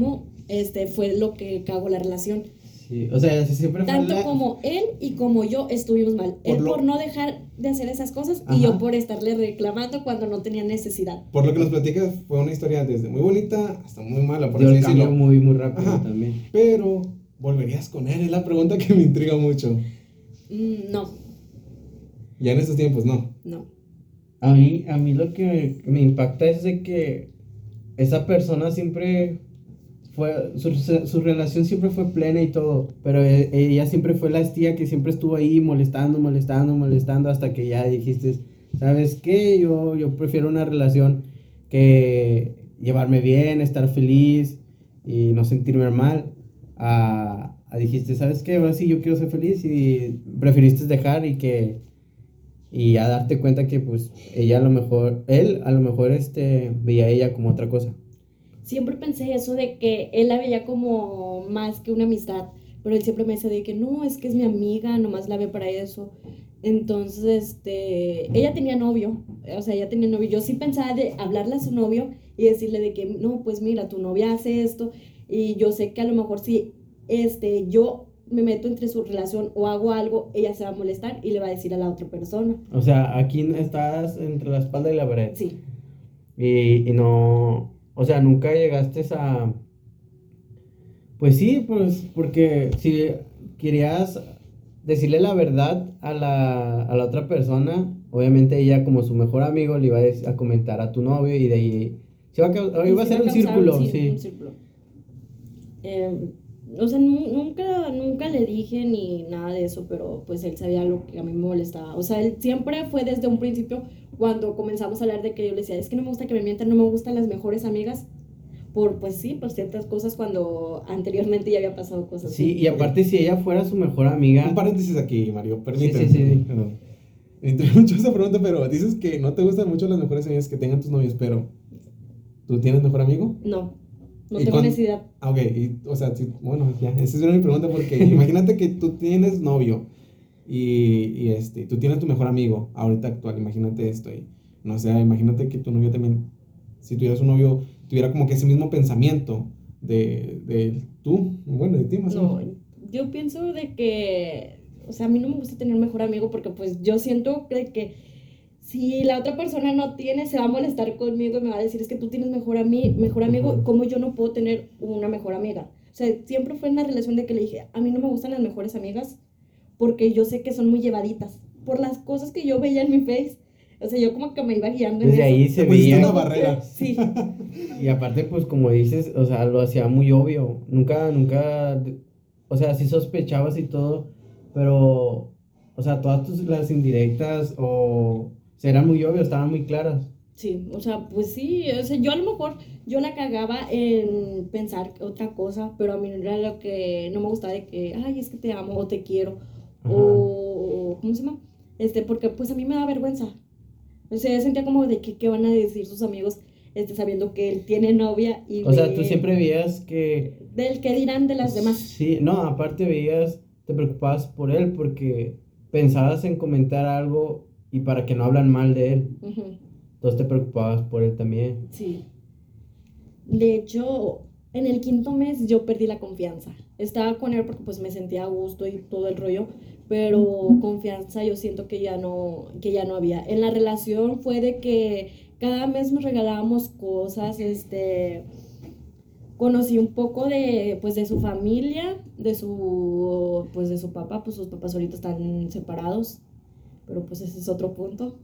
fue lo que cagó la relación. Sí, o sea, siempre fue Tanto como él y como yo estuvimos mal. Él por no dejar de hacer esas cosas y yo por estarle reclamando cuando no tenía necesidad. Por lo que nos platicas, fue una historia desde muy bonita hasta muy mala, por dio así el cambio decirlo. muy, muy rápido también. Pero, ¿volverías con él? Es la pregunta que me intriga mucho. No. Ya en estos tiempos, no. No. A mí lo que me impacta es de que esa persona siempre fue, su relación siempre fue plena y todo, pero ella siempre fue la tía que siempre estuvo ahí molestando, hasta que ya dijiste, ¿sabes qué? Yo prefiero una relación que llevarme bien, estar feliz y no sentirme mal, a dijiste, ¿sabes qué? Ahora sí yo quiero ser feliz, y preferiste dejar y a darte cuenta que pues él a lo mejor veía a ella como otra cosa. Siempre pensé eso de que él la veía como más que una amistad, pero él siempre me decía de que no, es que es mi amiga, nomás la ve para eso. Entonces, ella tenía novio, yo sí pensaba de hablarle a su novio y decirle de que no, pues mira, tu novia hace esto y yo sé que a lo mejor si yo me meto entre su relación o hago algo, ella se va a molestar y le va a decir a la otra persona. O sea, aquí estás entre la espalda y la pared. Sí. Y no, o sea, nunca llegaste a... Pues sí, pues porque si querías decirle la verdad a la otra persona, obviamente ella como su mejor amigo le iba a comentar a tu novio y de ahí iba a ser un círculo, sí. Un círculo. O sea, nunca le dije ni nada de eso, pero pues él sabía lo que a mí me molestaba. O sea, él siempre fue desde un principio, cuando comenzamos a hablar de que yo le decía, es que no me gusta que me mientan, no me gustan las mejores amigas, por ciertas cosas cuando anteriormente ya había pasado cosas. Sí, y aparte si ella fuera su mejor amiga... Un paréntesis aquí, Mario, permíteme. Sí. Perdón. Me intriga mucho esa pregunta, pero dices que no te gustan mucho las mejores amigas que tengan tus novios, pero ¿tú tienes mejor amigo? No tengo necesidad. Ok, o sea, sí, bueno, ya, esa es mi pregunta porque imagínate que tú tienes novio y tú tienes tu mejor amigo ahorita actual, imagínate esto y no sé, imagínate que tu novio también, si tuvieras un novio, tuviera como que ese mismo pensamiento de tú, bueno, de ti más o menos. No, yo pienso de que, o sea, a mí no me gusta tener un mejor amigo porque pues yo siento que si la otra persona no tiene, se va a molestar conmigo y me va a decir, es que tú tienes mejor amigo, ¿cómo yo no puedo tener una mejor amiga? O sea, siempre fue una relación de que le dije, a mí no me gustan las mejores amigas porque yo sé que son muy llevaditas por las cosas que yo veía en mi face. O sea, yo como que me iba guiando Desde en ahí eso. se Pusiste veía. una barrera. Sí. Y aparte, pues como dices, o sea, lo hacía muy obvio. Nunca, o sea, sí sospechabas y todo, pero, o sea, todas las indirectas eran muy obvias, estaban muy claras. Sí, o sea, pues sí, o sea, yo a lo mejor, yo la cagaba en pensar otra cosa, pero a mí era lo que no me gustaba de que, ay, es que te amo o te quiero, o, ¿cómo se llama? Porque pues a mí me da vergüenza. O sea, yo sentía como de que, ¿qué van a decir sus amigos, sabiendo que él tiene novia y O sea, tú siempre veías que... del qué dirán de las demás. Sí, no, aparte te preocupabas por él porque pensabas en comentar algo y para que no hablan mal de él. Ujú. Entonces te preocupabas por él también. Sí. De hecho, en el 5.º mes yo perdí la confianza. Estaba con él porque pues me sentía a gusto y todo el rollo, pero confianza yo siento que ya no había. En la relación fue de que cada mes nos regalábamos cosas, conocí un poco de su familia, de su papá, pues sus papás ahorita están separados, pero pues ese es otro punto.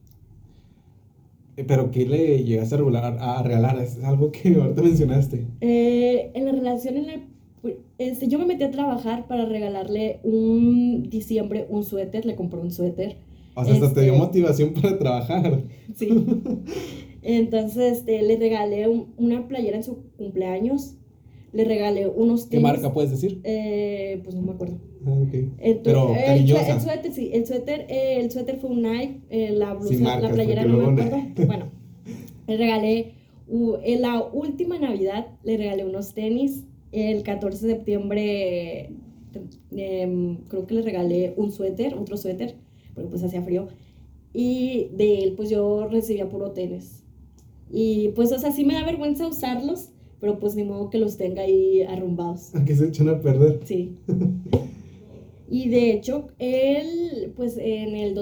Pero ¿qué le llegaste a regalar? Es algo que ahorita mencionaste. En la relación, yo me metí a trabajar para regalarle un diciembre un suéter, le compré un suéter. O sea, hasta te dio motivación para trabajar. Sí. Entonces, le regalé una playera en su cumpleaños, le regalé unos ¿Qué tenis. marca puedes decir? Pues no me acuerdo. Ah, okay. Entonces, Pero cariñosa. el suéter, sí, el suéter fue un Nike, la blusa, Sin marcas, la playera porque no me luego acuerdo. Bueno, le regalé, en la última Navidad, le regalé unos tenis. El 14 de septiembre, creo que le regalé otro suéter, porque pues hacía frío. Y de él, pues yo recibía puro tenis. Y pues, o sea, sí me da vergüenza usarlos, pero pues ni modo que los tenga ahí arrumbados. A que se echan a perder. Sí. Y de hecho, él, pues en el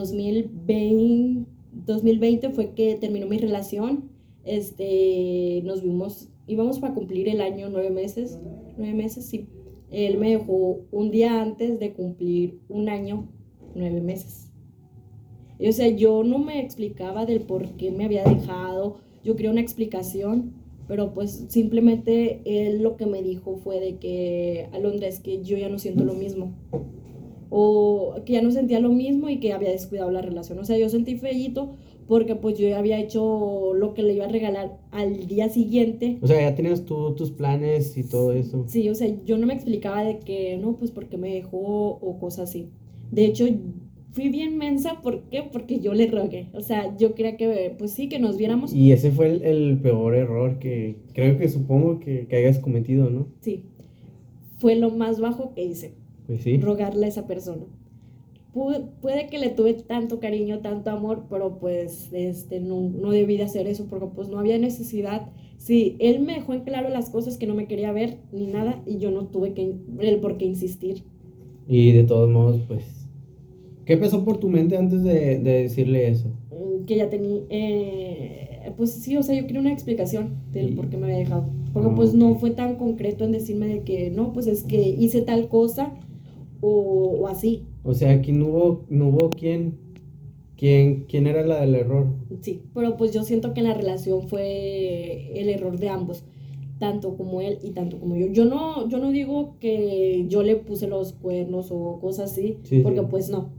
2020 fue que terminó mi relación. Nos vimos, íbamos para cumplir el año 9 meses, sí. Él me dejó un día antes de cumplir un año, 9 meses. O sea, yo no me explicaba del por qué me había dejado, yo quería una explicación, pero pues simplemente él lo que me dijo fue de que, Alondra, es que yo ya no siento lo mismo, o que ya no sentía lo mismo y que había descuidado la relación. O sea, yo sentí feíto porque pues yo ya había hecho lo que le iba a regalar al día siguiente. O sea, ya tenías tú tus planes y todo eso. Sí, o sea, yo no me explicaba de que, no, pues porque me dejó o cosas así. De hecho, fui bien mensa, ¿por qué? Porque yo le rogué. O sea, yo quería que, pues sí, que nos viéramos. Y ese fue el peor error que creo que supongo que hayas cometido, ¿no? Sí, fue lo más bajo que hice, Pues sí. rogarle a esa persona. Puede que le tuve tanto cariño, tanto amor, pero pues no debí de hacer eso porque pues no había necesidad. Sí, él me dejó en claro las cosas que no me quería ver ni nada y yo no tuve el por qué insistir. Y de todos modos, pues, ¿qué pasó por tu mente antes de decirle eso? Que ya tenía, pues sí, o sea, yo quería una explicación del por qué me había dejado. Porque pues no fue tan concreto en decirme de que no, pues es que hice tal cosa o así. O sea, aquí no hubo quién era la del error. Sí, pero pues yo siento que en la relación fue el error de ambos, tanto como él y tanto como yo. Yo no digo que yo le puse los cuernos o cosas así, Sí, porque sí. pues no.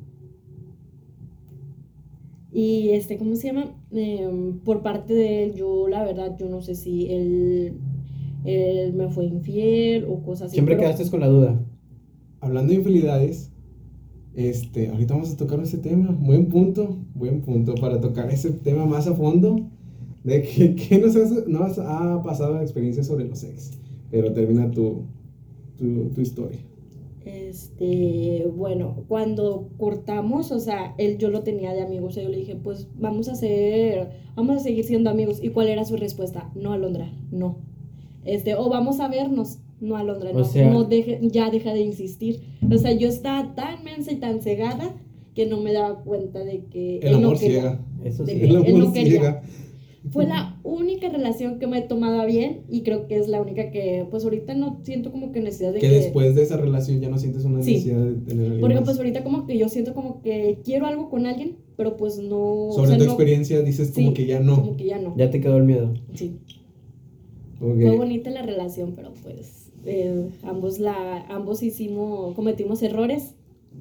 Y ¿cómo se llama? Por parte de él, yo la verdad, yo no sé si él me fue infiel o cosas así. Siempre pero quedaste con la duda. Hablando de infidelidades, ahorita vamos a tocar ese tema. Buen punto para tocar ese tema más a fondo. De que ¿qué nos ha pasado en experiencias sobre los ex? Pero termina tu historia. Bueno, cuando cortamos, o sea, yo lo tenía de amigo, o sea, yo le dije, pues vamos a seguir siendo amigos. ¿Y cuál era su respuesta? No, Alondra, no. O vamos a vernos. No, Alondra, O no, sea, ya deja de insistir. O sea, yo estaba tan mensa y tan cegada que no me daba cuenta de que El él no amor quería. ciega. Eso De sí. que El él amor no quería. ciega. Fue la única relación que me he tomado bien y creo que es la única que, pues ahorita no siento como que necesidad de Que después de esa relación ya no sientes una Sí. necesidad de tener a alguien Porque más. pues ahorita como que yo siento como que quiero algo con alguien, pero pues no... Sobre o sea, tu no- experiencia dices como Sí, que ya no. como que ya no. Ya te quedó el miedo. Sí. Ok. Fue bonita la relación, pero pues ambos cometimos errores.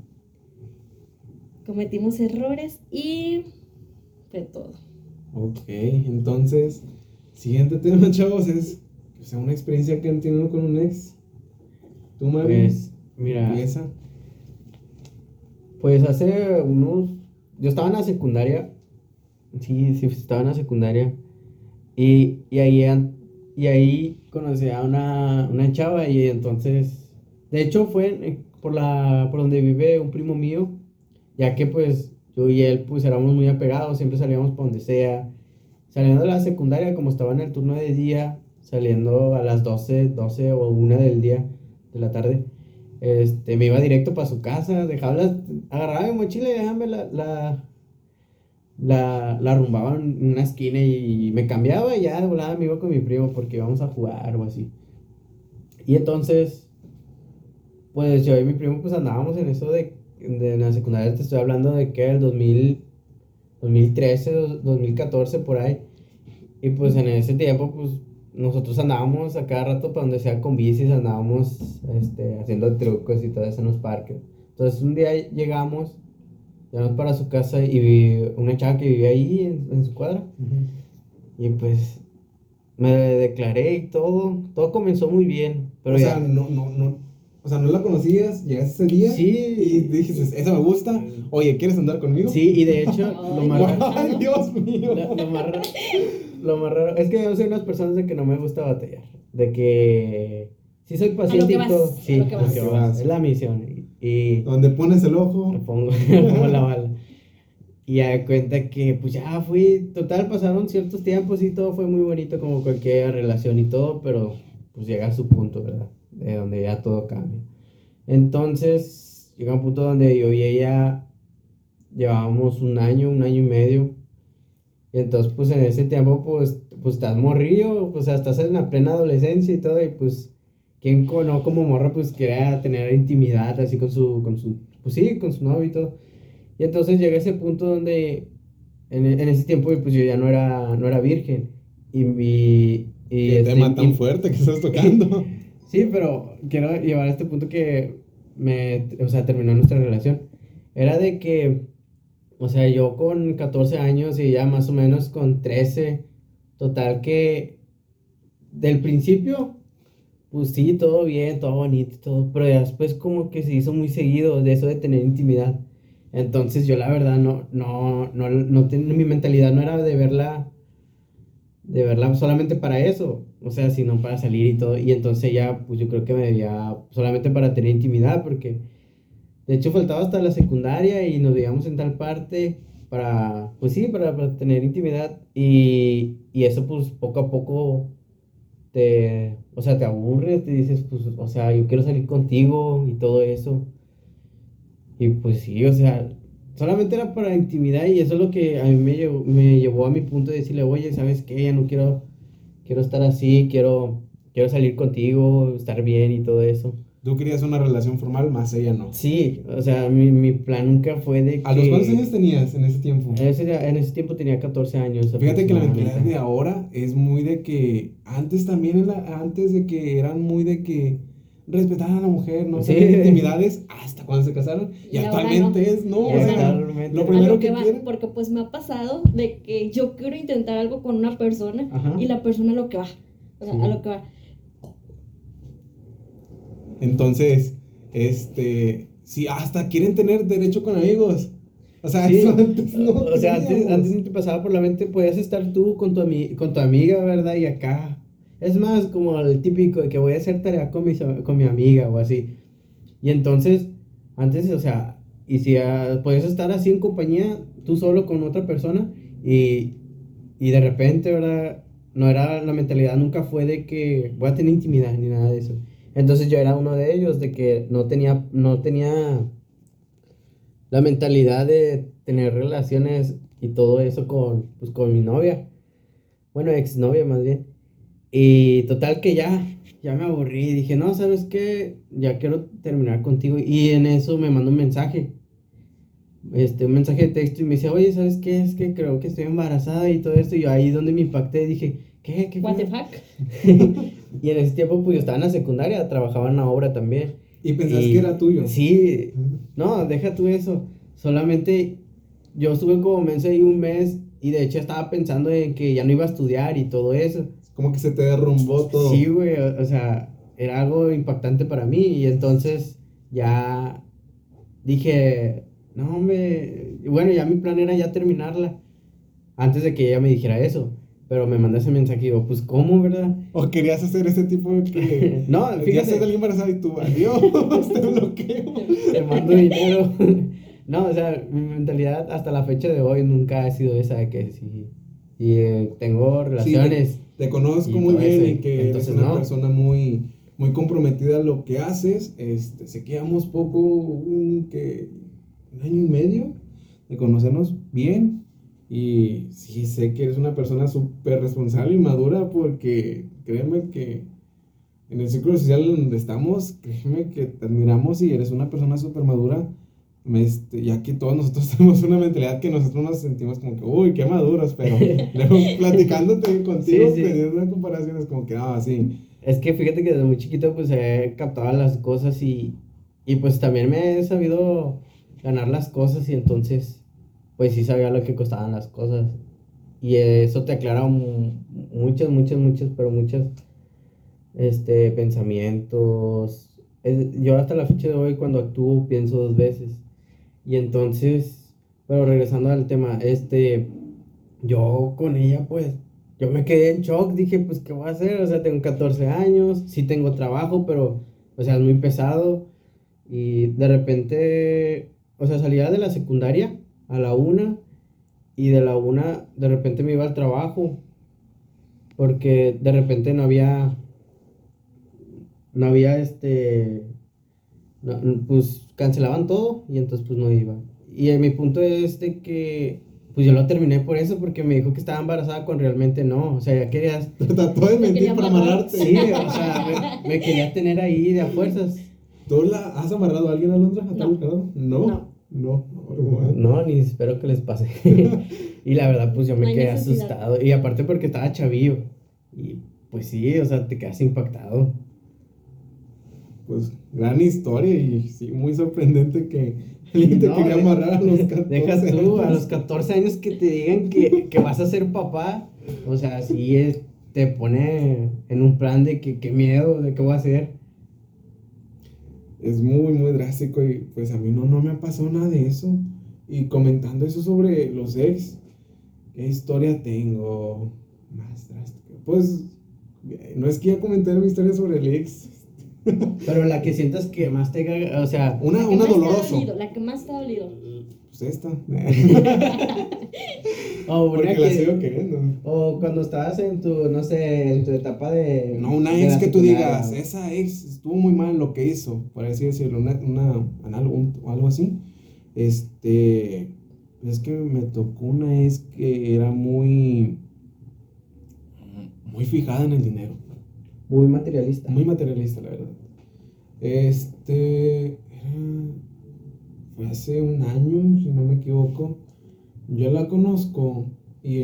Y fue todo. Ok, entonces, siguiente tema, chavos, es o sea, una experiencia que han tenido con un ex. ¿Tú, Mario? Pues, mira, Empieza. pues yo estaba en la secundaria. Sí, estaba en la secundaria. Y ahí conocí a una chava y entonces, de hecho fue por donde vive un primo mío, ya que pues yo y él pues éramos muy apegados, siempre salíamos por donde sea. Saliendo de la secundaria, como estaba en el turno de día, saliendo a las 12 o 1 del día, de la tarde, me iba directo para su casa, agarraba mi mochila y dejaba la arrumbaba en una esquina y me cambiaba y ya de volada me iba con mi primo porque íbamos a jugar o así. Y entonces, pues yo y mi primo pues andábamos en eso de la secundaria, te estoy hablando de que el 2013, 2014 por ahí. Y pues en ese tiempo pues nosotros andábamos a cada rato para donde sea con bicis, andábamos haciendo trucos y todo eso en los parques. Entonces un día llegamos para su casa y vi una chava que vivía ahí en su cuadra. Uh-huh. Y pues me declaré y todo comenzó muy bien. Pero O sea, ya, no la conocías, llegaste ese día Sí. y dijiste, esa me gusta, oye, ¿quieres andar conmigo? sí, y de hecho lo más raro, ¡Ay, Dios mío! lo más raro es que yo soy unas personas de que no me gusta batallar, de que sí soy paciente y vas, todo, a sí, lo que vas. es la misión y Donde pones el ojo. me pongo la bala. Y ya de cuenta que pues ya fui, total pasaron ciertos tiempos y todo fue muy bonito como cualquier relación y todo, pero pues llega a su punto, ¿verdad? De donde ya todo cambia. Entonces, llega un punto donde yo y ella llevábamos un año y medio. Y entonces, pues en ese tiempo, pues estás morrillo, pues estás en la plena adolescencia y todo, y pues, ¿quién no como morra, pues quería tener intimidad así pues sí, con su novio y todo? Y entonces llega ese punto donde, en ese tiempo, pues yo ya no era virgen. Qué tema tan fuerte que estás tocando. Sí, pero quiero llevar a este punto que o sea, terminó nuestra relación. Era de que, o sea, yo con 14 años y ella más o menos con 13, total que del principio, pues sí, todo bien, todo bonito y todo, pero ya después como que se hizo muy seguido de eso de tener intimidad. Entonces yo la verdad mi mentalidad no era de verla solamente para eso, o sea, sino para salir y todo. Y entonces ya, pues yo creo que me veía solamente para tener intimidad, porque de hecho faltaba hasta la secundaria y nos veíamos en tal parte pues sí, para tener intimidad. Y eso, pues poco a poco o sea, te aburres, te dices, pues, o sea, yo quiero salir contigo y todo eso. Y pues sí, o sea, solamente era para intimidad y eso es lo que a mí me llevó a mi punto de decirle, oye, ¿sabes qué? Ya no quiero estar así, quiero salir contigo, estar bien y todo eso. Tú querías una relación formal, más ella no. Sí, o sea, mi plan nunca fue de que... ¿A los cuántos años tenías en ese tiempo? En ese tiempo tenía 14 años Fíjate que la mentalidad aproximadamente. de ahora es muy de que antes también, antes de que eran muy de que respetaran a la mujer, no Sí. tenían intimidades hasta cuando se casaron. Y Y ahora actualmente no. es, no, Y o ahora sea, no. Totalmente. lo A primero lo que que va, quieren. porque pues me ha pasado de que yo quiero intentar algo con una persona Ajá. y la persona a lo que va. O sea, Sí. a lo que va. Entonces, sí, hasta quieren tener derecho con amigos. O sea, Sí, eso antes no o sea, antes teníamos. no te pasaba por la mente, podías estar tú con tu amiga, ¿verdad? Y acá. Es más como el típico de que voy a hacer tarea con mi amiga o así. Y entonces, antes, o sea, y si podías estar así en compañía, tú solo con otra persona, y, y de repente, ¿verdad? No era, la mentalidad nunca fue de que voy a tener intimidad ni nada de eso. Entonces yo era uno de ellos, de que no tenía la mentalidad de tener relaciones y todo eso con mi novia. Bueno, exnovia más bien. Y total que ya me aburrí. Dije, no, ¿sabes qué? Ya quiero terminar contigo. Y en eso me mandó un mensaje. Un mensaje de texto y me dice, oye, ¿sabes qué? Es que creo que estoy embarazada y todo esto. Y yo ahí donde me impacté dije, ¿qué What the fue? fuck? Y en ese tiempo, pues yo estaba en la secundaria, trabajaba en la obra también. Y pensás que era tuyo. Sí, no, deja tú eso. Solamente yo estuve como menso ahí un mes y de hecho estaba pensando en que ya no iba a estudiar y todo eso. Como que se te derrumbó todo. Sí, güey, o sea, era algo impactante para mí y entonces ya dije, no, hombre, y bueno, ya mi plan era ya terminarla antes de que ella me dijera eso. Pero me mandó ese mensaje y digo, pues, ¿cómo, verdad? O querías hacer ese tipo de que No, ya fíjate. estás alguien embarazado y tú, adiós, te bloqueo. Te mando dinero. No, o sea, mi mentalidad hasta la fecha de hoy nunca ha sido esa de que si tengo Sí, relaciones. te conozco y muy todo bien eso, y que eres entonces una no. persona muy, muy comprometida a lo que haces. Sé que llevamos poco, un año y medio de conocernos bien. Y sí, sé que eres una persona súper responsable y madura porque créeme que en el círculo social donde estamos, créeme que te admiramos y eres una persona súper madura. Ya que todos nosotros tenemos una mentalidad que nosotros nos sentimos como que, uy, qué maduros, pero luego platicándote contigo, Sí, sí. teniendo una comparación, es como que, no, sí. Es que fíjate que desde muy chiquito pues he captado las cosas y pues también me he sabido ganar las cosas y entonces pues sí sabía lo que costaban las cosas. Y eso te aclara muchas, pero muchas pensamientos. Yo hasta la fecha de hoy cuando actúo pienso dos veces. Y entonces, pero regresando al tema, yo con ella pues, yo me quedé en shock, dije pues, ¿qué voy a hacer? O sea, tengo 14 años, sí tengo trabajo, pero, o sea, es muy pesado. Y de repente, o sea, salía de la secundaria a la una y de la una de repente me iba al trabajo porque de repente no había pues cancelaban todo y entonces pues no iba. Y mi punto es de que pues yo lo terminé por eso, porque me dijo que estaba embarazada cuando realmente no, o sea, ya querías, Trató de Te mentir quería para amarrar. amarrarte. sí, o sea, me quería tener ahí de a fuerzas. ¿Tú has amarrado a alguien, Alondra? ¿A tal No. grado? No. No. Igual. No, ni espero que les pase. Y la verdad, pues yo No me hay quedé necesidad. asustado. Y aparte porque estaba chavillo. Y pues sí, o sea, te quedas impactado. Pues gran historia y sí, muy sorprendente que alguien te No, quería amarrar a los 14 deja tú, a años. los 14 años que te digan que vas a ser papá. O sea, sí te pone en un plan de que qué miedo, de qué voy a hacer. Es muy drástico y pues a mí no me ha pasado nada de eso. Y comentando eso sobre los ex, ¿qué historia tengo más drástica? Pues no es que ya comenté mi historia sobre el ex. Pero la que sientas que más te caga, o sea, La que Una más te ha doloroso. dolido, la que más te ha dolido. Pues esta. o una Porque la sigo que, queriendo. o cuando estabas en tu, no sé, en tu etapa de, No, una de ex la que tú secundaria, digas, esa ex estuvo muy mal lo que hizo, por así decirlo, o algo así. Es que me tocó una ex que era muy fijada en el dinero, muy materialista. muy materialista, la verdad. Fue hace un año, si no me equivoco. Yo la conozco y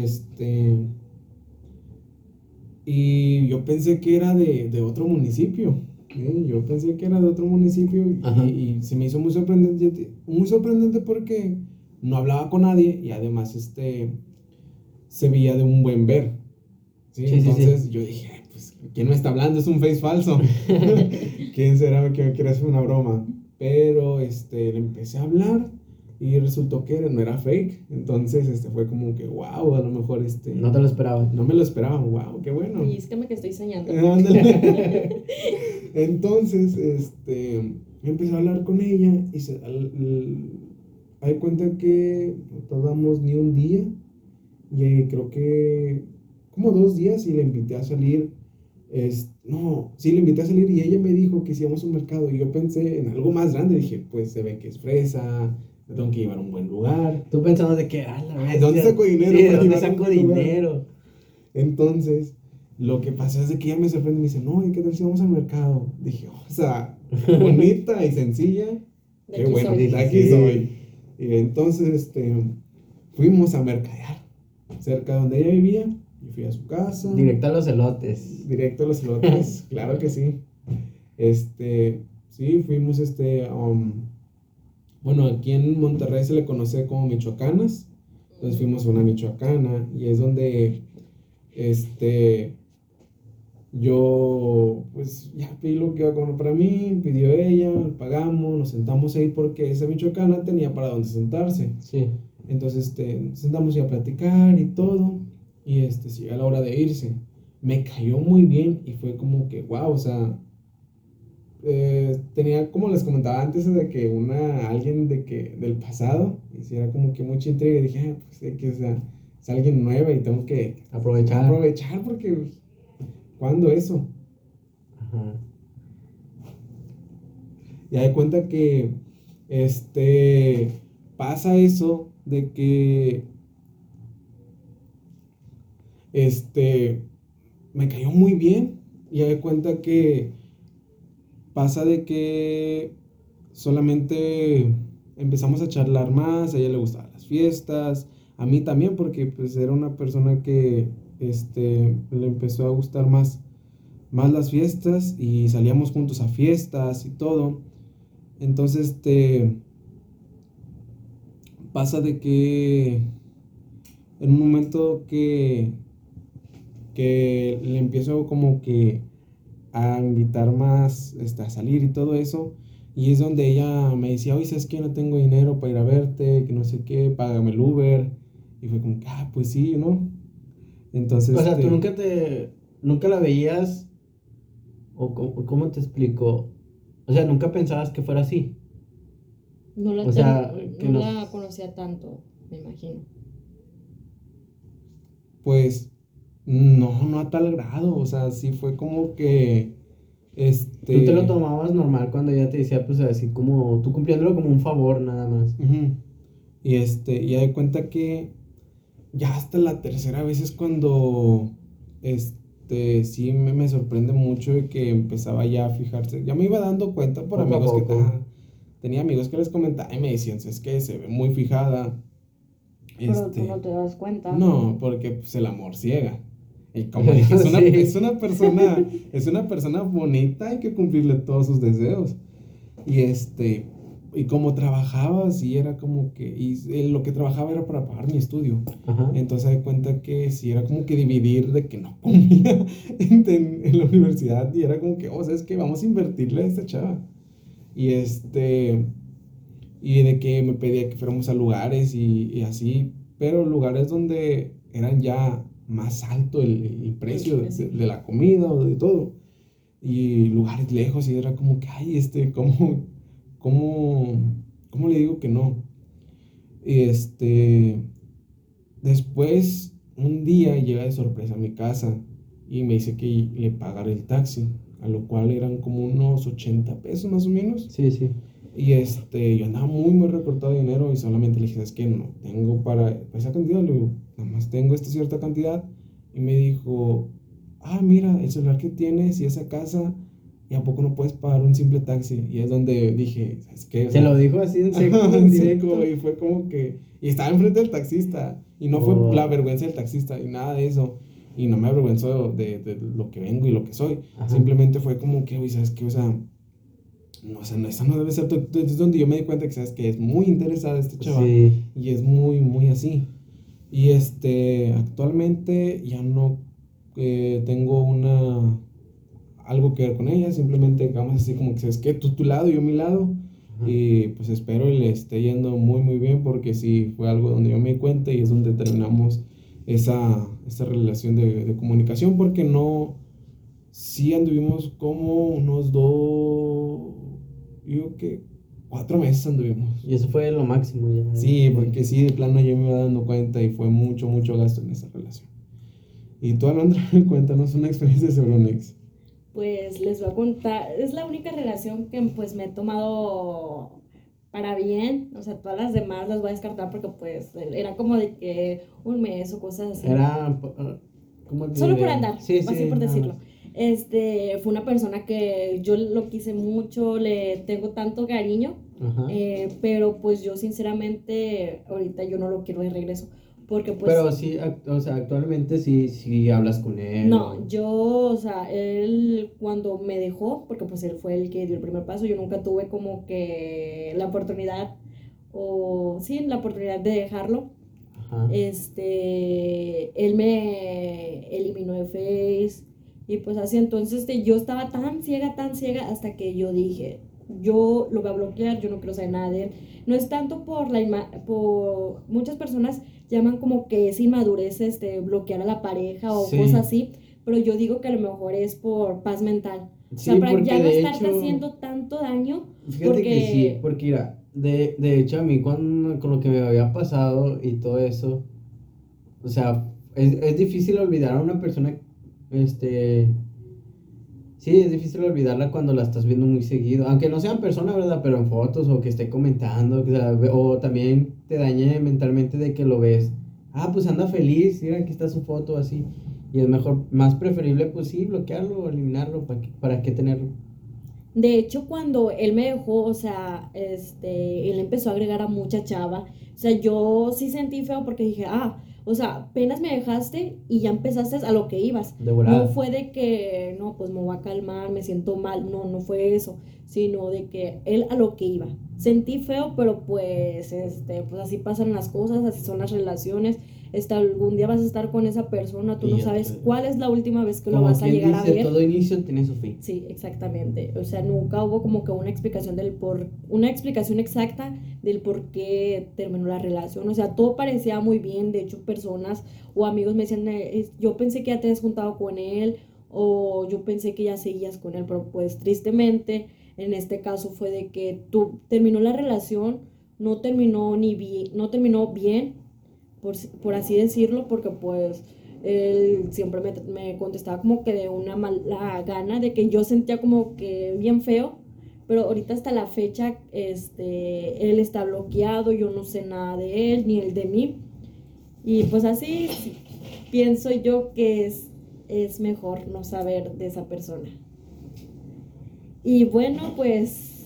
y yo pensé que era de otro municipio. ¿Sí? Yo pensé que era de otro municipio Ajá. y se me hizo muy sorprendente porque no hablaba con nadie y además se veía de un buen ver. ¿Sí? Sí, sí, Entonces sí. yo dije, pues, ¿quién me está hablando? Es un face falso. ¿Quién será que me quiere hacer una broma? Pero le empecé a hablar y resultó que no era fake. Entonces fue como que, wow, a lo mejor No te lo esperaba. no me lo esperaba, wow, qué bueno. Pellizcame que estoy soñando. Ándale. Entonces, empecé a hablar con ella y hay cuenta que no tardamos ni un día y creo que como 2 días y le invité a salir. No, sí, le invité a salir y ella me dijo que si íbamos a un mercado y yo pensé en algo más grande. Dije, pues se ve que es fresa, me tengo que llevar a un buen lugar. Tú pensabas de que, la Ay, ¿dónde bestia. saco dinero Sí, ¿de para dónde llevarme a un saco buen lugar? dinero? Entonces, lo que pasa es de que ella me sorprende y me dice, no, ¿y qué tal si vamos al mercado? Dije, o sea, bonita y sencilla, De qué aquí bueno, soy. de aquí Sí. soy. Y entonces, fuimos a mercadear cerca de donde ella vivía y fui a su casa. Directo a los elotes. Directo a los elotes, claro que sí. Sí, fuimos, bueno, aquí en Monterrey se le conoce como Michoacanas. Entonces fuimos a una Michoacana y es donde este, yo, pues ya pedí lo que iba a comer para mí, pidió ella, pagamos, nos sentamos ahí porque esa Michoacana tenía para dónde sentarse. Sí. Entonces, nos sentamos ya a platicar y todo, y sí, a la hora de irse, me cayó muy bien y fue como que, wow, o sea, tenía, como les comentaba antes, de que alguien del pasado hiciera como que mucha intriga y dije, pues que o sea, es alguien nueva y tengo que aprovechar porque, pues, ¿cuándo eso? Ajá. Y de cuenta que, pasa eso de que, me cayó muy bien y de cuenta que pasa de que solamente empezamos a charlar más, a ella le gustaban las fiestas, a mí también porque pues era una persona que le empezó a gustar más las fiestas y salíamos juntos a fiestas y todo. Entonces pasa de que en un momento que le empiezo como que a invitar más a salir y todo eso. Y es donde ella me decía, oye, ¿sabes qué? No tengo dinero para ir a verte, que no sé qué, págame el Uber. Y fue como que, pues sí, ¿no? Entonces, O sea, tú nunca la veías, o cómo te explico. O sea, nunca pensabas que fuera así. No la, O sea, que no nos... la conocía tanto, me imagino. pues, no a tal grado. O sea, sí fue como que Tú te lo tomabas normal cuando ella te decía, pues así como, tú cumpliéndolo como un favor nada más. Ujú. Y ya de cuenta que ya hasta la tercera vez es cuando, sí me sorprende mucho de que empezaba ya a fijarse. Ya me iba dando cuenta por Poco a amigos que poco. tenía amigos que les comentaba y me decían, es que se ve muy fijada. Pero tú no te das cuenta. No, porque pues el amor ciega. Y como dije, es una, Sí. es una persona bonita, hay que cumplirle todos sus deseos. Y y como trabajaba, sí era como que, lo que trabajaba era para pagar mi estudio. Ajá. Entonces de cuenta que sí era como que dividir de que no comía en la universidad y era como que, o sea, es que vamos a invertirle a esta chava. Y y de que me pedía que fuéramos a lugares y así, pero lugares donde eran ya más alto el precio de la comida o de todo. Y lugares lejos y era como que, ay, ¿cómo, cómo le digo que no? Y después, un día llega de sorpresa a mi casa y me dice que le pagara el taxi, a lo cual eran como unos 80 pesos más o menos. Sí, sí. Y yo andaba muy recortado de dinero y solamente le dije, es que no tengo para esa cantidad, le digo, nada más tengo esta cierta cantidad. Y me dijo, mira, el celular que tienes y esa casa, ¿y a poco no puedes pagar un simple taxi? Y es donde dije, es que, o Se lo sea, dijo así en seco, ajá, en en directo. seco, y fue como que, y estaba enfrente del taxista, y no fue la Oh, vergüenza del taxista y nada de eso, y no me avergüenzo de lo que vengo y lo que soy, ajá. simplemente fue como que, uy, ¿sabes qué? O sea, no, o sea, esa no debe ser. Es donde yo me di cuenta que, sabes, que es muy interesada esta chava Sí. y es muy así. Y actualmente ya no tengo algo que ver con ella, simplemente vamos así como que, sabes que tú tu lado, yo mi lado. Ajá. Y pues espero y le esté yendo muy bien porque sí fue algo donde yo me di cuenta y es donde terminamos esa relación de comunicación porque no, sí anduvimos como unos yo que 4 meses anduvimos. Y eso fue lo máximo ya. Sí, porque sí, de plano yo me iba dando cuenta y fue mucho gasto en esa relación. Y tú, Alondra, cuéntanos una experiencia sobre un ex. Pues les voy a contar, es la única relación que pues me he tomado para bien, o sea, todas las demás las voy a descartar porque pues era como de que un mes o cosas así. Era, ¿cómo te Solo por diré? andar, Sí, así sí, por nada decirlo. más. Fue una persona que yo lo quise mucho, le tengo tanto cariño, Ajá. pero pues yo sinceramente ahorita yo no lo quiero de regreso, porque pues Pero sí, o sea, actualmente sí hablas con él. no, yo, o sea, él cuando me dejó, porque pues él fue el que dio el primer paso, yo nunca tuve como que la oportunidad, o sí, la oportunidad de dejarlo. Ajá. Él me eliminó de Face y pues así, entonces yo estaba tan ciega hasta que yo dije, yo lo voy a bloquear, yo no quiero saber nada de él. No es tanto por muchas personas llaman como que es inmadurez bloquear a la pareja o cosas Sí, así, pero yo digo que a lo mejor es por paz mental. O sea, sí, para ya porque no de estarte hecho, haciendo tanto daño, fíjate que sí, porque porque mira, de hecho a mí con lo que me había pasado y todo eso, o sea, es difícil olvidar a una persona, este, sí, es difícil olvidarla cuando la estás viendo muy seguido, aunque no sea en persona, ¿verdad? Pero en fotos o que esté comentando, o también te dañe mentalmente de que lo ves. Pues anda feliz, mira, aquí está su foto así. Y es mejor, más preferible, pues sí, bloquearlo o eliminarlo, para qué tenerlo? de hecho, cuando él me dejó, o sea, él empezó a agregar a mucha chava. O sea, yo sí sentí feo porque dije, o sea, apenas me dejaste y ya empezaste a lo que ibas. De No volada. fue de que, no, pues me voy a calmar, me siento mal. No, no fue eso, sino de que él a lo que iba. Sentí feo, pero pues, pues así pasan las cosas, así son las relaciones. Algún día vas a estar con esa persona, tú no Y sabes otra. cuál es la última vez que lo Como vas a quien llegar a dice, ver. todo inicio tiene su fin. Sí, exactamente. O sea, nunca hubo como que una explicación exacta del por qué terminó la relación. O sea, todo parecía muy bien. De hecho, personas o amigos me decían, yo pensé que ya te habías juntado con él o yo pensé que ya seguías con él, pero pues tristemente en este caso fue de que tú terminó la relación, no terminó bien, por así decirlo, porque pues él siempre me contestaba como que de una mala gana, de que yo sentía como que bien feo, pero ahorita hasta la fecha, él está bloqueado, yo no sé nada de él, ni él de mí, y pues así sí, pienso yo que es mejor no saber de esa persona. Y bueno, pues,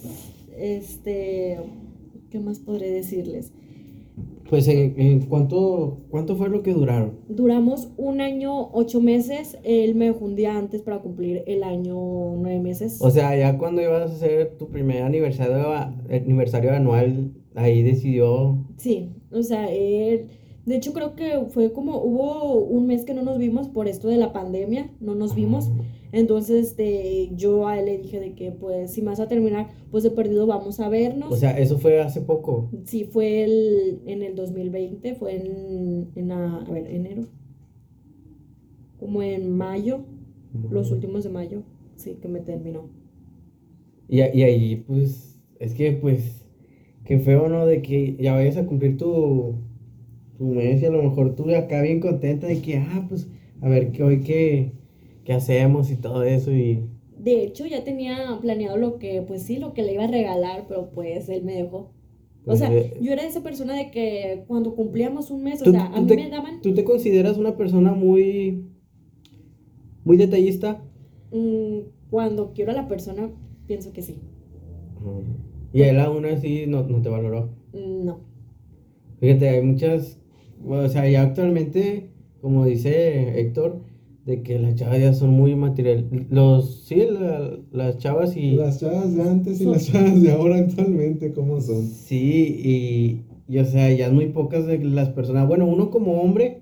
¿qué más podré decirles? Pues en ¿cuánto fue lo que duraron? Duramos 1 año, 8 meses. Él me dejó un día antes para cumplir el año 9 meses. O sea, ya cuando ibas a hacer tu primer aniversario anual, ahí decidió. Sí, o sea, de hecho creo que fue como, hubo un mes que no nos vimos por esto de la pandemia, no nos vimos. Entonces, yo a él le dije de que, pues, si me vas a terminar, pues de perdido vamos a vernos. O sea, eso fue hace poco. Sí, fue en el 2020, fue a ver, enero, como en mayo, los últimos de mayo, sí, que me terminó. Y ahí, pues, es que, pues, qué feo, ¿no? De que ya vayas a cumplir tu mes y a lo mejor tú acá bien contenta de que, pues, a ver, que hoy qué hacemos y todo eso y... De hecho, ya tenía planeado pues sí, lo que le iba a regalar, pero pues él me dejó. O Pues, sea, yo era esa persona de que cuando cumplíamos un mes, o ¿tú, sea, a tú mí te, me daban, tú te consideras una persona muy, muy detallista? cuando quiero a la persona, pienso que sí. Y él aún así no te valoró. No. Fíjate, hay muchas, bueno, o sea, ya actualmente, como dice Héctor, de que las chavas ya son muy material. Las chavas y... Las chavas de antes y las chavas de ahora actualmente, ¿cómo son? Sí, y o sea, ya es muy pocas de las personas. Bueno, uno como hombre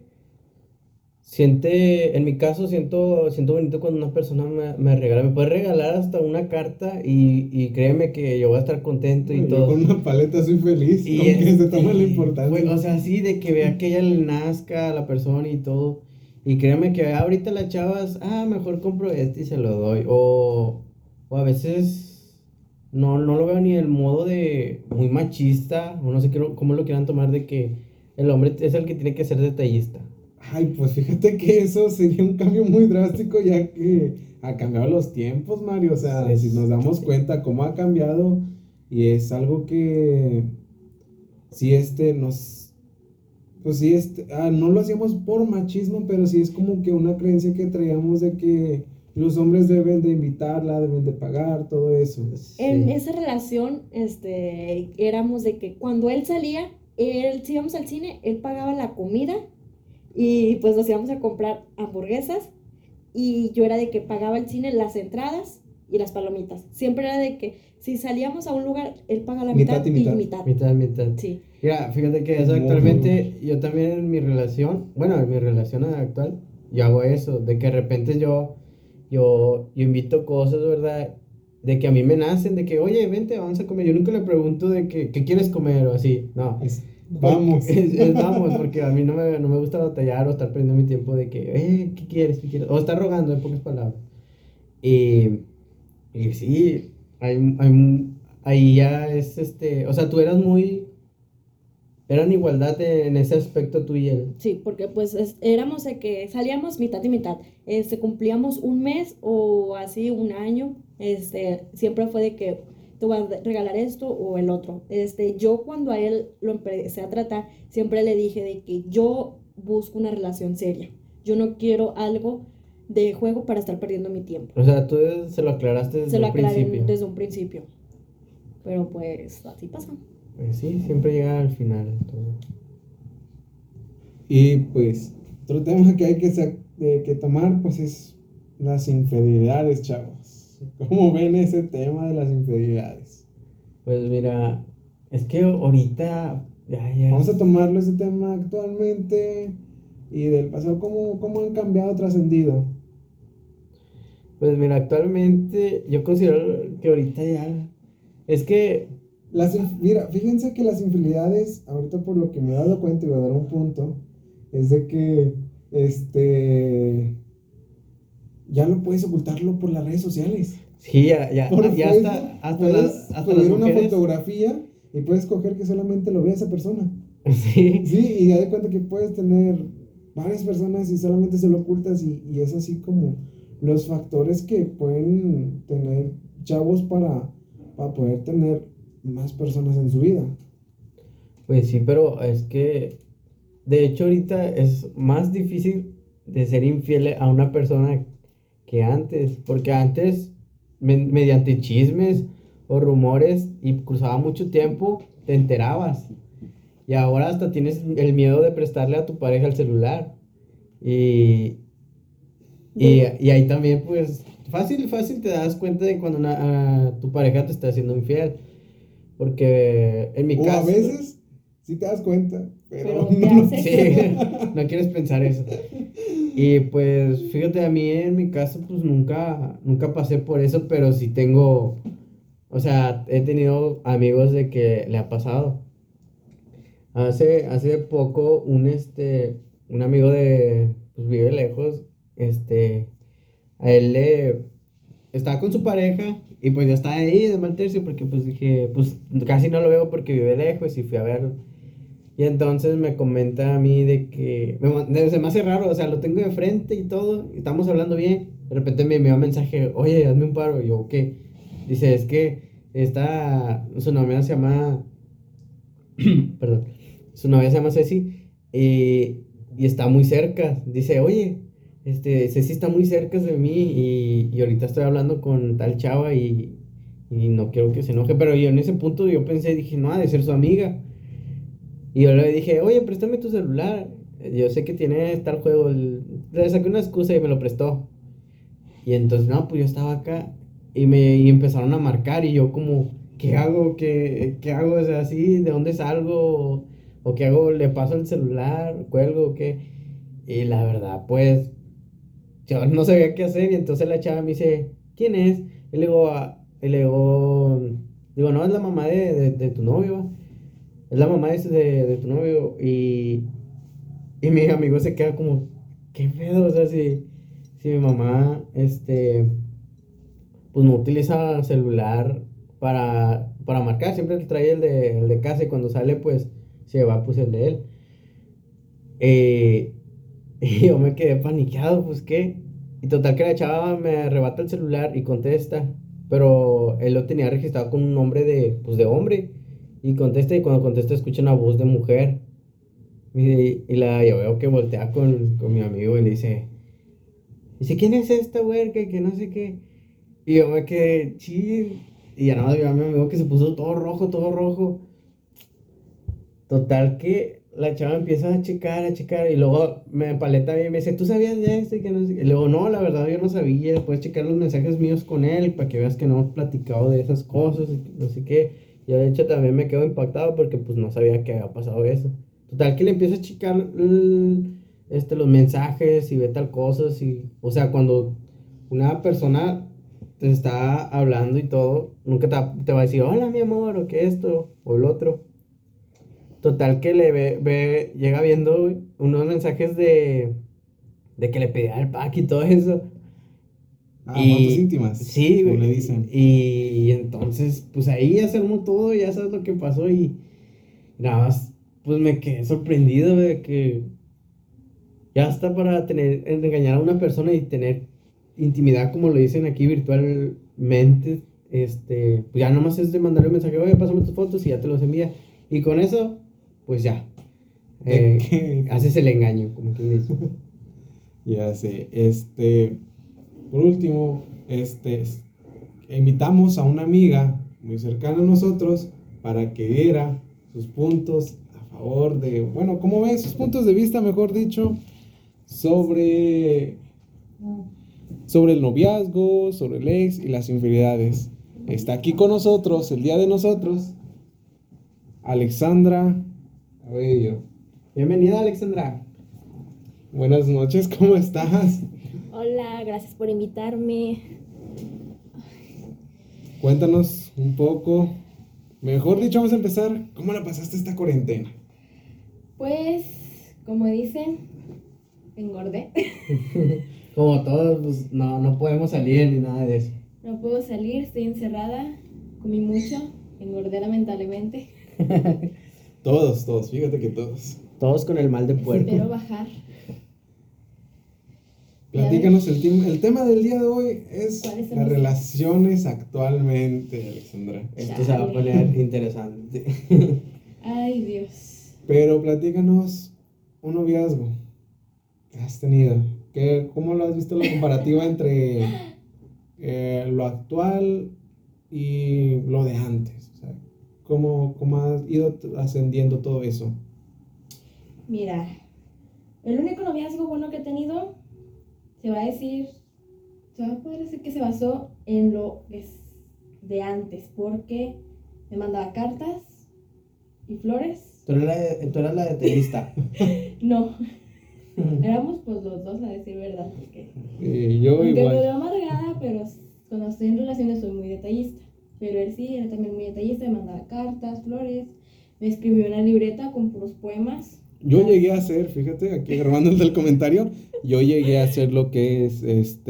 en mi caso, siento bonito cuando una persona me regala. Me puede regalar hasta una carta y créeme que yo voy a estar contento y Yo todo. con una paleta soy feliz, Y aunque se toma la importancia. o sea, sí, de que vea que ella le nazca a la persona y todo. Y créeme que ahorita las chavas, mejor compro este y se lo doy. O a veces no lo veo ni el modo de muy machista, o no sé cómo lo quieran tomar, de que el hombre es el que tiene que ser detallista. Ay, pues fíjate que eso sería un cambio muy drástico ya que ha cambiado los tiempos, Mario. O sea, Sí, si nos damos sí. cuenta cómo ha cambiado y es algo que si pues sí, no lo hacíamos por machismo, pero sí es como que una creencia que traíamos de que los hombres deben de invitarla, deben de pagar, todo eso. En Sí. esa relación, éramos de que cuando él salía, si íbamos al cine, él pagaba la comida y pues nos íbamos a comprar hamburguesas y yo era de que pagaba el cine, las entradas y las palomitas. Siempre era de que si salíamos a un lugar, él paga la Mitad mitad, y mitad. mitad. Mitad. Sí. Mira, fíjate que eso Muy actualmente, yo también en mi relación, bueno, en mi relación actual, yo hago eso, de que de repente yo invito cosas, ¿verdad? De que a mí me nacen, de que, oye, vente, vamos a comer. Yo nunca le pregunto de que, ¿qué quieres comer? O así, no. Vamos. Vamos, porque a mí no me gusta batallar o estar perdiendo mi tiempo de que, ¿qué quieres? ¿Qué quieres? O estar rogando, en pocas palabras. Y, y sí, ahí ya es o sea, eran igualdad en ese aspecto tú y él. Sí, porque pues éramos de que salíamos mitad y mitad. Cumplíamos un mes o así un año. Siempre fue de que te voy a regalar esto o el otro. Yo cuando a él lo empecé a tratar, siempre le dije de que yo busco una relación seria. Yo no quiero algo de juego para estar perdiendo mi tiempo. O sea, tú se lo aclaraste desde Se lo un aclaré principio. desde un principio. Pero pues así pasa. Pues sí, siempre llega al final todo. Y pues otro tema que hay que tomar pues es las infidelidades, chavos. ¿Cómo ven ese tema de las infidelidades? Pues mira, es que ahorita ya. Vamos a tomarlo ese tema actualmente y del pasado, cómo han cambiado, trascendido. Pues mira, actualmente yo considero que ahorita ya es que Mira, fíjense que las infidelidades, ahorita por lo que me he dado cuenta y voy a dar un punto, es de que ya no puedes ocultarlo por las redes sociales. sí, ya Por ya Facebook hasta puedes las subir una mujeres. fotografía y puedes coger que solamente lo vea esa persona. Sí. Sí, y ya de cuenta que puedes tener varias personas y solamente se lo ocultas y es así como los factores que pueden tener chavos para poder tener más personas en su vida. Pues sí, pero es que de hecho ahorita es más difícil de ser infiel a una persona que antes, porque antes mediante chismes o rumores y cruzaba mucho tiempo, te enterabas. Y ahora hasta tienes el miedo de prestarle a tu pareja el celular. Y, y ahí también, pues, fácil te das cuenta de cuando tu pareja te está haciendo infiel. Porque en mi O a caso... veces sí te das cuenta, pero Pero te no lo haces. Sí, no quieres pensar eso. Y pues, fíjate, a mí en mi caso, pues nunca pasé por eso, pero sí tengo, o sea, he tenido amigos de que le ha pasado. Hace poco, un amigo pues vive lejos, a él estaba con su pareja y pues yo estaba ahí de mal tercio porque pues dije, pues casi no lo veo porque vive lejos y fui a verlo. Y entonces me comenta a mí de que se me hace raro, o sea, lo tengo de frente y todo, y estamos hablando bien. De repente me envió un mensaje, oye, hazme un paro. Y yo, ¿qué? Dice, es que su novia se llama, perdón, su novia se llama Ceci y está muy cerca. Dice, oye, Ceci está muy cerca de mí y ahorita estoy hablando con tal chava y no quiero que se enoje. Pero yo en ese punto yo pensé, dije, no, ha de ser su amiga. Y yo le dije, oye, préstame tu celular. Yo sé que tiene tal juego. Le saqué una excusa y me lo prestó. Y entonces, no, pues yo estaba acá y empezaron a marcar y yo como, ¿qué hago? ¿Qué hago? O sea, así, ¿de dónde salgo? ¿O qué hago? ¿Le paso el celular? ¿Cuelgo o qué? Y la verdad, pues, yo no sabía qué hacer y entonces la chava me dice, ¿quién es? Y le digo, digo, no, es la mamá de tu novio, ¿va? Es la mamá de tu novio y mi amigo se queda como, ¿qué pedo? O sea, si mi mamá, pues no utiliza celular para marcar, siempre trae el de casa y cuando sale, pues, se va, pues, el de él. Eh, y yo me quedé paniqueado, pues, ¿qué? Y total que la chava me arrebata el celular y contesta, pero él lo tenía registrado con un nombre pues, de hombre. Y contesta y cuando contesta escucha una voz de mujer. Yo veo que voltea con mi amigo y le dice, ¿quién es esta huerca? Que no sé qué. Y yo me quedé, chill. Y ya nada, yo a mi amigo que se puso todo rojo, todo rojo. Total que la chava empieza a checar. Y luego me empaleta bien y me dice, ¿tú sabías de esto? Y que no sé qué. Y luego, no, la verdad yo no sabía. Puedes checar los mensajes míos con él para que veas que no hemos platicado de esas cosas. Y que no sé qué. Yo de hecho también me quedo impactado porque pues no sabía que había pasado eso. Total que le empiezo a checar los mensajes y ve tal cosas. O sea, cuando una persona te está hablando y todo, nunca te va a decir, hola mi amor, o que esto, o el otro. Total que llega viendo güey, unos mensajes de que le pedía el pack y todo eso. Ah, fotos Y íntimas, sí, como le güey, dicen. y entonces, pues ahí ya se armó todo, ya sabes lo que pasó y nada más, pues me quedé sorprendido de que ya está para engañar a una persona y tener intimidad, como lo dicen aquí virtualmente, pues ya nomás es de mandarle un mensaje, oye, pásame tus fotos y ya te los envía. Y con eso, pues ya, Que haces el engaño, como quien dice. ya sé, por último, invitamos a una amiga muy cercana a nosotros para que diera sus puntos a favor de, bueno, ¿cómo ves? Sus puntos de vista, mejor dicho, sobre, sobre el noviazgo, sobre el ex y las infidelidades. Está aquí con nosotros, el día de nosotros, Alexandra Abello. Bienvenida, Alexandra. Buenas noches, ¿cómo estás? Hola, gracias por invitarme. Cuéntanos un poco, mejor dicho, vamos a empezar, ¿cómo la pasaste esta cuarentena? Pues, como dicen, engordé. Como todos, pues no podemos salir ni nada de eso. No puedo salir, estoy encerrada, comí mucho, engordé lamentablemente. Todos, fíjate que todos. Todos con el mal de puerco. Espero bajar. Platícanos, el tema del día de hoy es ¿Cuáles son las los- relaciones actualmente, Alexandra. Esto se va a poner interesante. Ay, Dios. Pero platícanos un noviazgo que has tenido. ¿Cómo lo has visto la comparativa entre lo actual y lo de antes? O sea, ¿cómo has ido ascendiendo todo eso? Mira, el único noviazgo bueno que he tenido, se va a poder decir que se basó en lo que es de antes, porque me mandaba cartas y flores. Tú eras la detallista. No, éramos pues los dos, a decir verdad, porque Yo aunque me igual. veo amargada, pero cuando estoy en relaciones soy muy detallista. Pero él sí, era también muy detallista, me mandaba cartas, flores, me escribió una libreta con puros poemas. Yo llegué a hacer, fíjate, aquí grabando el comentario, yo llegué a hacer lo que es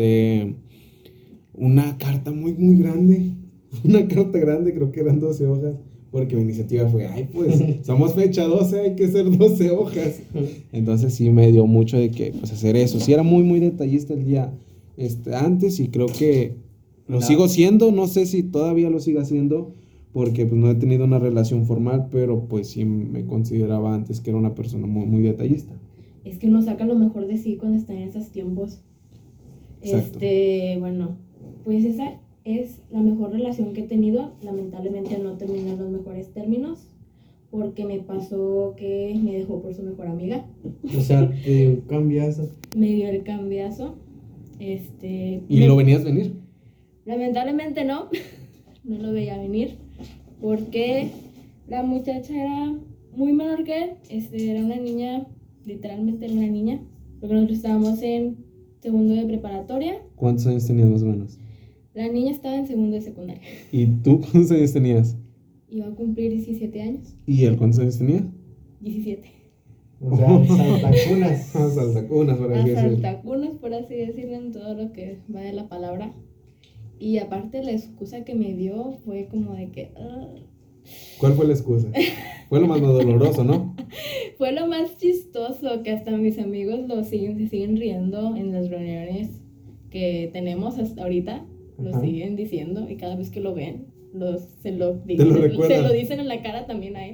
una carta muy, muy grande. Una carta grande, creo que eran 12 hojas. Porque mi iniciativa fue, ay, pues, somos fecha 12, hay que hacer 12 hojas. Entonces sí me dio mucho de que, pues, hacer eso. Sí era muy, muy detallista el día antes y creo que lo No. sigo siendo. No sé si todavía lo siga siendo porque, pues, no he tenido una relación formal, pero, pues, sí me consideraba antes que era una persona muy, muy detallista. Es que uno saca lo mejor de sí cuando está en esos tiempos. Exacto. Bueno, pues esa es la mejor relación que he tenido. Lamentablemente no terminó en los mejores términos porque me pasó que me dejó por su mejor amiga. O sea, te dio un cambiazo. Me dio el cambiazo. ¿Y lo venías venir? Lamentablemente no, no lo veía venir porque la muchacha era muy menor que él. Era una niña, literalmente era una niña, porque nosotros estábamos en segundo de preparatoria. ¿Cuántos años tenías más o menos? La niña estaba en segundo de secundaria. ¿Y tú cuántos años tenías? Iba a cumplir 17 años. ¿Y él cuántos años tenía? 17. O sea, saltacunas. Saltacunas, por así decirlo. Asaltacunos, por así decirlo, en todo lo que va de la palabra. Y aparte la excusa que me dio fue como de que... ¿Cuál fue la excusa? Fue lo más doloroso, ¿no? Fue lo más chistoso que hasta mis amigos se siguen riendo en las reuniones que tenemos hasta ahorita. Lo Ajá. siguen diciendo y cada vez que lo ven, se lo recuerdan. dicen en la cara también a él.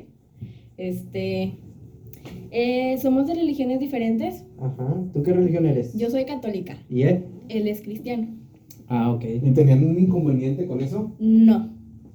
Somos de religiones diferentes. Ajá. ¿Tú qué religión eres? Yo soy católica, ¿Y él? él es cristiano. Ah, ok. ¿Y tenían un inconveniente con eso? No.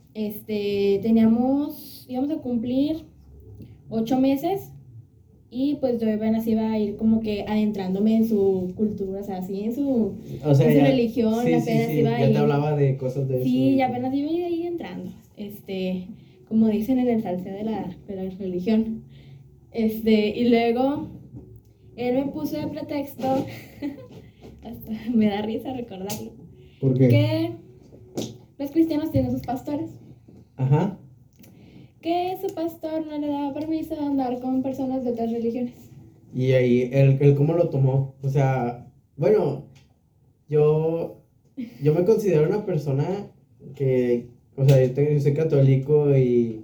Íbamos a cumplir 8 meses y pues yo apenas iba a ir como que adentrándome en su cultura, o sea, así en su O sea, en su ya, religión, apenas iba a ya ir. te hablaba de cosas de Sí, eso. ya apenas iba a ir ahí entrando. Como dicen en el salseo de la religión. Y luego él me puso de pretexto, hasta me da risa recordarlo, ¿Por qué? que los cristianos tienen sus pastores, Ajá. que su pastor no le daba permiso de andar con personas de otras religiones. Y ahí, él cómo lo tomó. O sea, bueno, yo me considero una persona que, o sea, yo soy católico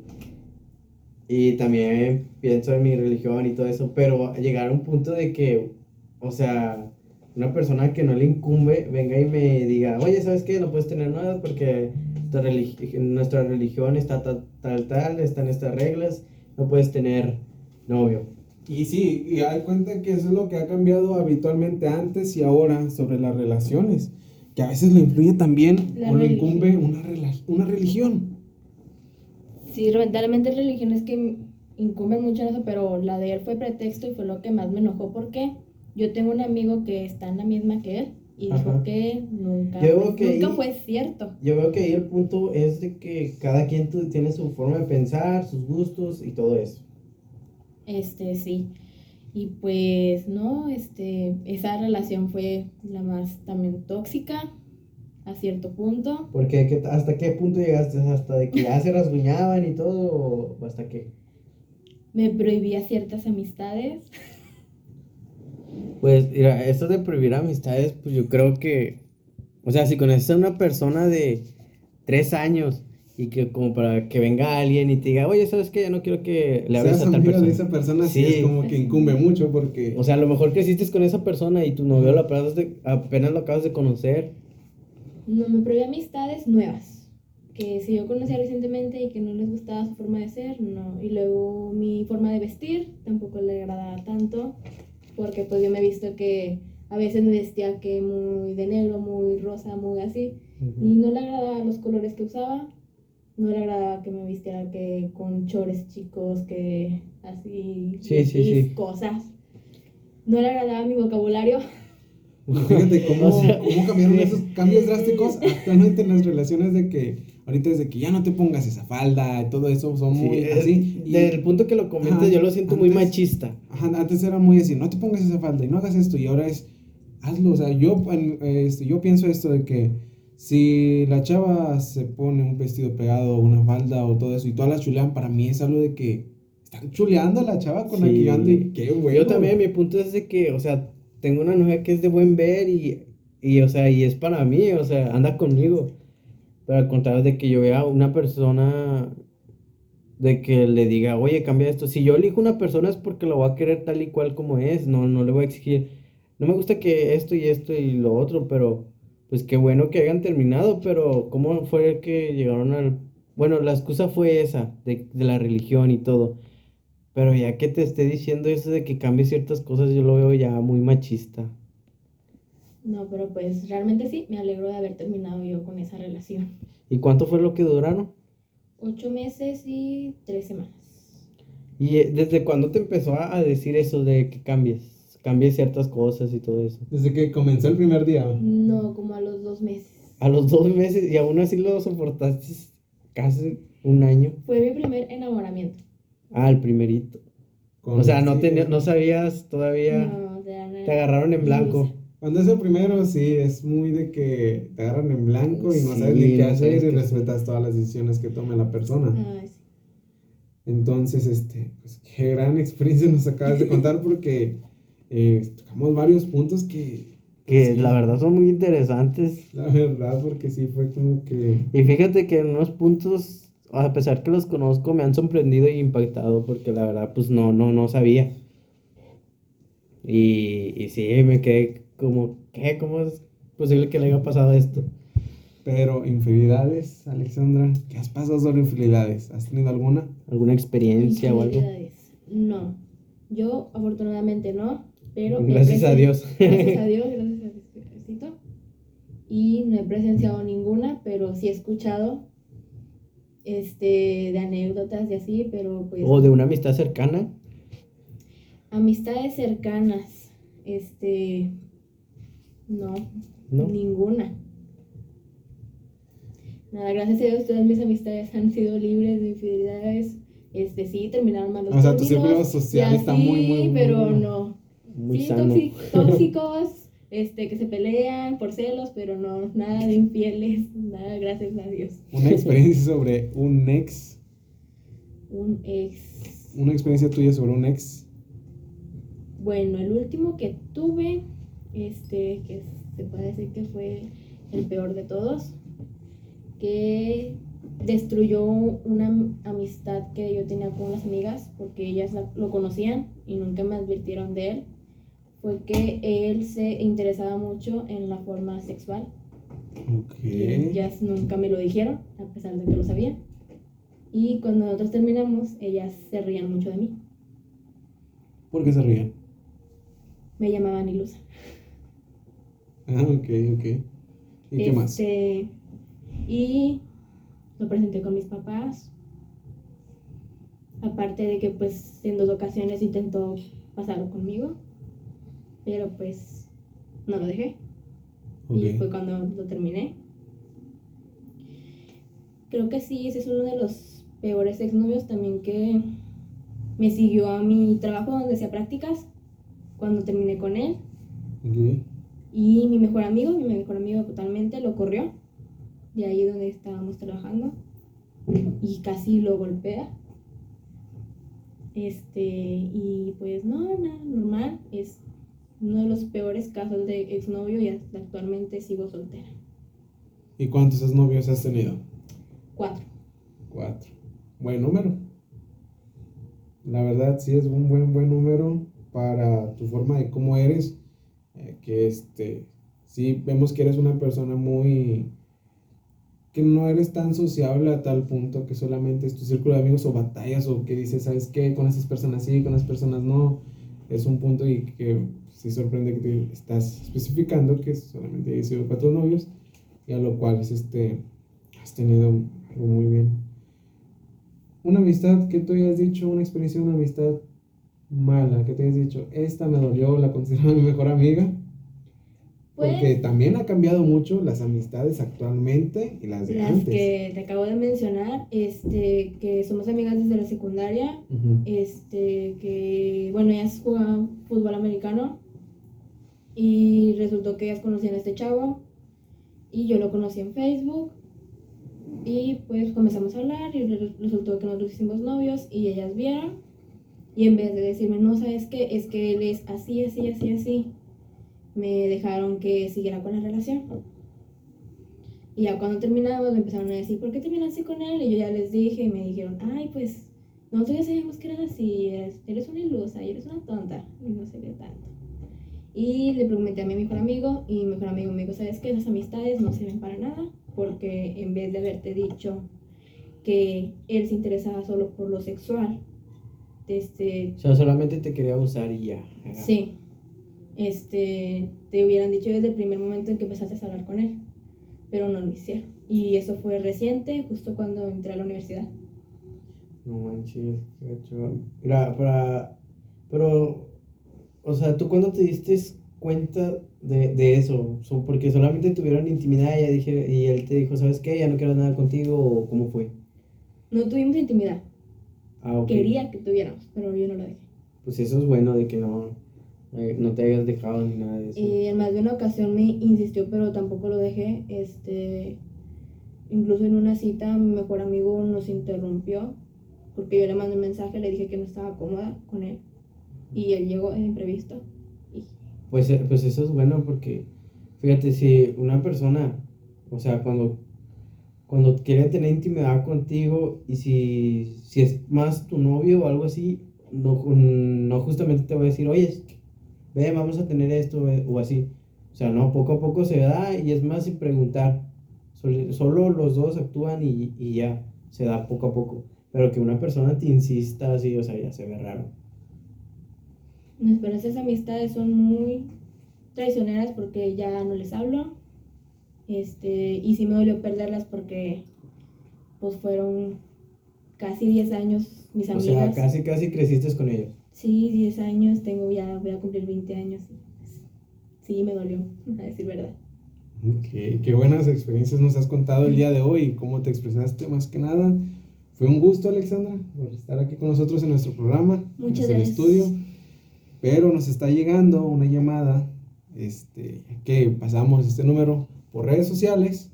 y también pienso en mi religión y todo eso, pero llegar a un punto de que, o sea, una persona que no le incumbe venga y me diga, oye, ¿sabes qué? No puedes tener novios porque nuestra religión está tal, están estas reglas, no puedes tener novio. Y sí, y hay cuenta que eso es lo que ha cambiado habitualmente antes y ahora sobre las relaciones. Que a veces le influye también La o le religión. incumbe una religión. Sí, lamentablemente hay religiones que incumben mucho en eso, pero la de él fue pretexto y fue lo que más me enojó porque yo tengo un amigo que está en la misma que él y dijo Ajá. que nunca, Yo veo que nunca ahí- fue cierto. Yo veo que ahí el punto es de que cada quien tiene su forma de pensar, sus gustos y todo eso. Sí. Y pues no, esa relación fue la más también tóxica a cierto punto. Porque ¿hasta qué punto llegaste? ¿Hasta de que ya se rasguñaban y todo? ¿O hasta qué? Me prohibía ciertas amistades. Pues mira, esto de prohibir amistades, pues yo creo que, o sea, si conoces a una persona de 3 años Y que como para que venga alguien y te diga, oye, ¿sabes qué? Ya no quiero que le hables Seas a tal amigo persona. de esa persona, sí Sí. es como que incumbe mucho porque... O sea, a lo mejor creciste con esa persona y tu novio apenas lo acabas de conocer. No, me probé amistades nuevas. Que si yo conocía recientemente y que no les gustaba su forma de ser, no. Y luego mi forma de vestir tampoco le agradaba tanto. Porque pues yo me he visto que a veces me vestía que muy de negro, muy rosa, muy así. Y no le agradaban los colores que usaba. No le agradaba que me vistiera que con chores chicos, que así, Sí, sí, sí. cosas. No le agradaba mi vocabulario. Y fíjate cómo, O sea, cómo cambiaron sí. esos cambios drásticos actualmente en las relaciones de que ahorita es de que ya no te pongas esa falda y todo eso son muy así. Y, Desde el punto que lo comentas, ajá, yo lo siento muy antes- machista. Ajá, antes era muy así, no te pongas esa falda y no hagas esto y ahora es, hazlo. O sea, yo pienso esto de que si la chava se pone un vestido pegado, una falda o todo eso y todas las chulean, para mí es algo de que están chuleando a la chava con la que yo ando y qué bueno. Yo también, mi punto es de que, o sea, tengo una novia que es de buen ver o sea, y es para mí, o sea, anda conmigo. Pero al contrario de que yo vea a una persona de que le diga, oye, cambia esto. Si yo elijo una persona es porque lo voy a querer tal y cual como es, no le voy a exigir. No me gusta que esto y lo otro, pero pues qué bueno que hayan terminado, pero ¿cómo fue que llegaron al... Bueno, la excusa fue esa, de la religión y todo. Pero ya que te esté diciendo eso de que cambie ciertas cosas, yo lo veo ya muy machista. No, pero pues realmente sí, me alegro de haber terminado yo con esa relación. ¿Y cuánto fue lo que duraron? 8 meses y 3 semanas. ¿Y desde cuándo te empezó a decir eso de que cambies ciertas cosas y todo eso? Desde que comenzó el primer día. No, como a los 2 meses. A los 2 meses y aún así lo soportaste casi un año. Fue mi primer enamoramiento. Ah, el primerito. Con- O sea, sí. no sabías todavía. No, de la Te agarraron en blanco. Cuando es el primero, sí, es muy de que te agarran en blanco y no Sí, sabes ni qué no hacer sabes y qué respetas todas las decisiones que tome la persona. Ay, sí. Entonces, pues qué gran experiencia nos acabas de contar porque tocamos varios puntos Que sí, la verdad son muy interesantes. la verdad, porque sí fue como que... Y fíjate que en unos puntos, a pesar que los conozco, me han sorprendido y impactado porque la verdad, pues no sabía. Y sí, me quedé como, ¿qué? ¿Cómo es posible que le haya pasado esto? Pero infidelidades, Alexandra, ¿qué has pasado sobre infidelidades? ¿Has tenido alguna? ¿Alguna experiencia o algo? Infidelidades. No. Yo afortunadamente no, pero Gracias a Dios. Gracias a Dios, gracias a Diosito. Y no he presenciado ninguna, pero sí he escuchado de anécdotas y así, pero pues O de una amistad cercana. amistades cercanas, no, ¿No? ninguna. Nada, gracias a Dios todas mis amistades han sido libres de infidelidades. Sí, terminaron mal los O sea, tu términos, círculo social y está así, muy pero bueno. no. Muy Sí, sano. tóxicos, que se pelean por celos, pero no, nada de infieles, nada, gracias a Dios. Una experiencia sobre un ex, Un ex. una experiencia tuya sobre un ex. Bueno, el último que tuve, que se puede decir que fue el peor de todos, que destruyó una amistad que yo tenía con unas amigas, porque ellas lo conocían y nunca me advirtieron de él, fue que él se interesaba mucho en la forma sexual. Ok. Y ellas nunca me lo dijeron, a pesar de que lo sabían. Y cuando nosotros terminamos, ellas se rían mucho de mí. ¿Por qué se ríen? Me llamaban ilusa. Ah, ok. ¿Y qué más? Y lo presenté con mis papás. Aparte de que pues en 2 ocasiones intentó pasarlo conmigo, pero pues no lo dejé. Ok. Y fue cuando lo terminé. Creo que sí, ese es uno de los peores exnovios también, que me siguió a mi trabajo donde hacía prácticas cuando terminé con él. Ok. Y mi mejor amigo totalmente lo corrió de ahí donde estábamos trabajando y casi lo golpea. Y pues no, nada, normal. Es uno de los peores casos de exnovio y hasta actualmente sigo soltera. ¿Y cuántos exnovios has tenido? 4. 4. Buen número. La verdad sí es un buen número para tu forma de cómo eres. Que sí vemos que eres una persona muy que no eres tan sociable a tal punto que solamente es tu círculo de amigos o batallas o que dices, ¿sabes qué? Con esas personas sí, con esas personas no. Es un punto y que sí sorprende que te estás especificando que solamente he sido 4 novios y a lo cual has tenido algo muy bien. Una amistad que tú hayas dicho, una experiencia de una amistad mala, que te hayas dicho, esta me dolió, la considero mi mejor amiga. Porque Pues también ha cambiado mucho las amistades actualmente y las de las antes. que te acabo de mencionar, que somos amigas desde la secundaria, Ujú. que, bueno, ellas jugaban fútbol americano y resultó que ellas conocían a este chavo y yo lo conocí en Facebook y pues comenzamos a hablar y resultó que nosotros hicimos novios y ellas vieron y en vez de decirme, no, ¿sabes qué? Es que él es así, así, así, así, me dejaron que siguiera con la relación. Y ya cuando terminamos me empezaron a decir, ¿por qué terminaste con él? Y yo ya les dije y me dijeron, ay, pues nosotros ya sabíamos que eras así, eres una ilusa y eres una tonta y no sé qué tanto. Y le pregunté a mi mejor amigo y mi mejor amigo me dijo, ¿sabes qué? Esas amistades no sirven para nada porque en vez de haberte dicho que él se interesaba solo por lo sexual, O sea, solamente te quería usar y ya. sí, te hubieran dicho desde el primer momento en que empezaste a hablar con él, pero no lo hicieron. Y eso fue reciente, justo cuando entré a la universidad. No manches, qué gacho. Mira, pero, o sea, ¿tú cuándo te diste cuenta de eso? Porque solamente tuvieron intimidad y, ya dije, y él te dijo, ¿sabes qué? Ya no quiero nada contigo, ¿o cómo fue? No tuvimos intimidad, Ah, ok. quería que tuviéramos, pero yo no lo dejé. Pues eso es bueno de que no te hayas dejado ni nada de eso. En más de una ocasión me insistió, pero tampoco lo dejé. Incluso en una cita mi mejor amigo nos interrumpió porque yo le mandé un mensaje, le dije que no estaba cómoda con él y él llegó de imprevisto. Y Pues eso es bueno porque, fíjate, si una persona, o sea, cuando quiere tener intimidad contigo y si es más tu novio o algo así, no justamente te va a decir, oye, ve, vamos a tener esto o así. O sea, no, poco a poco se da y es más sin preguntar. Solo los dos actúan y ya, se da poco a poco. Pero que una persona te insista así, o sea, ya se ve raro. pero esas amistades son muy traicioneras porque ya no les hablo. Y sí me dolió perderlas porque pues fueron casi 10 años mis O sea, amigas. casi creciste con ellos. Sí, 10 años, voy a cumplir 20 años. Sí, me dolió, a decir verdad. Qué buenas experiencias nos has contado el día de hoy y cómo te expresaste más que nada. Fue un gusto, Alexandra, por estar aquí con nosotros en nuestro programa, Muchas desde el gracias. estudio. Pero nos está llegando una llamada, que pasamos este número por redes sociales,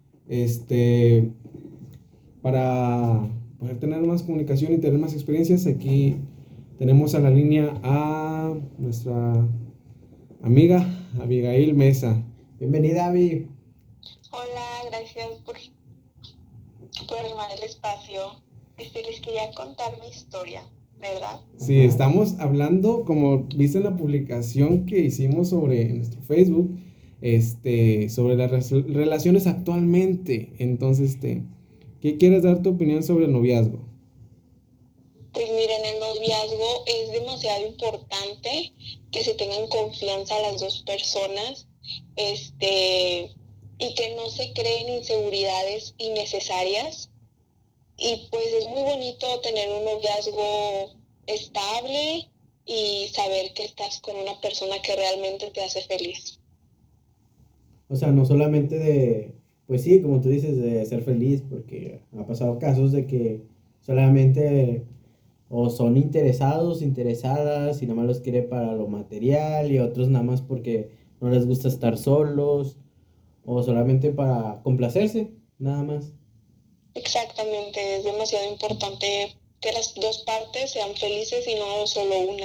para poder tener más comunicación y tener más experiencias. Aquí tenemos a la línea a nuestra amiga Abigail Mesa. Bienvenida, Abby. Hola, gracias por armar el espacio. Les quería contar mi historia, ¿verdad? Sí, estamos hablando, como viste en la publicación que hicimos sobre nuestro Facebook, sobre las relaciones actualmente. Entonces, ¿qué quieres dar tu opinión sobre el noviazgo? Pues miren, el noviazgo es demasiado importante que se tengan confianza las dos personas, y que no se creen inseguridades innecesarias. Y pues es muy bonito tener un noviazgo estable y saber que estás con una persona que realmente te hace feliz. O sea, no solamente pues sí, como tú dices, de ser feliz, porque ha pasado casos de que solamente o son interesados, interesadas y nada más los quiere para lo material y otros nada más porque no les gusta estar solos o solamente para complacerse, nada más. Exactamente, es demasiado importante que las dos partes sean felices y no solo una.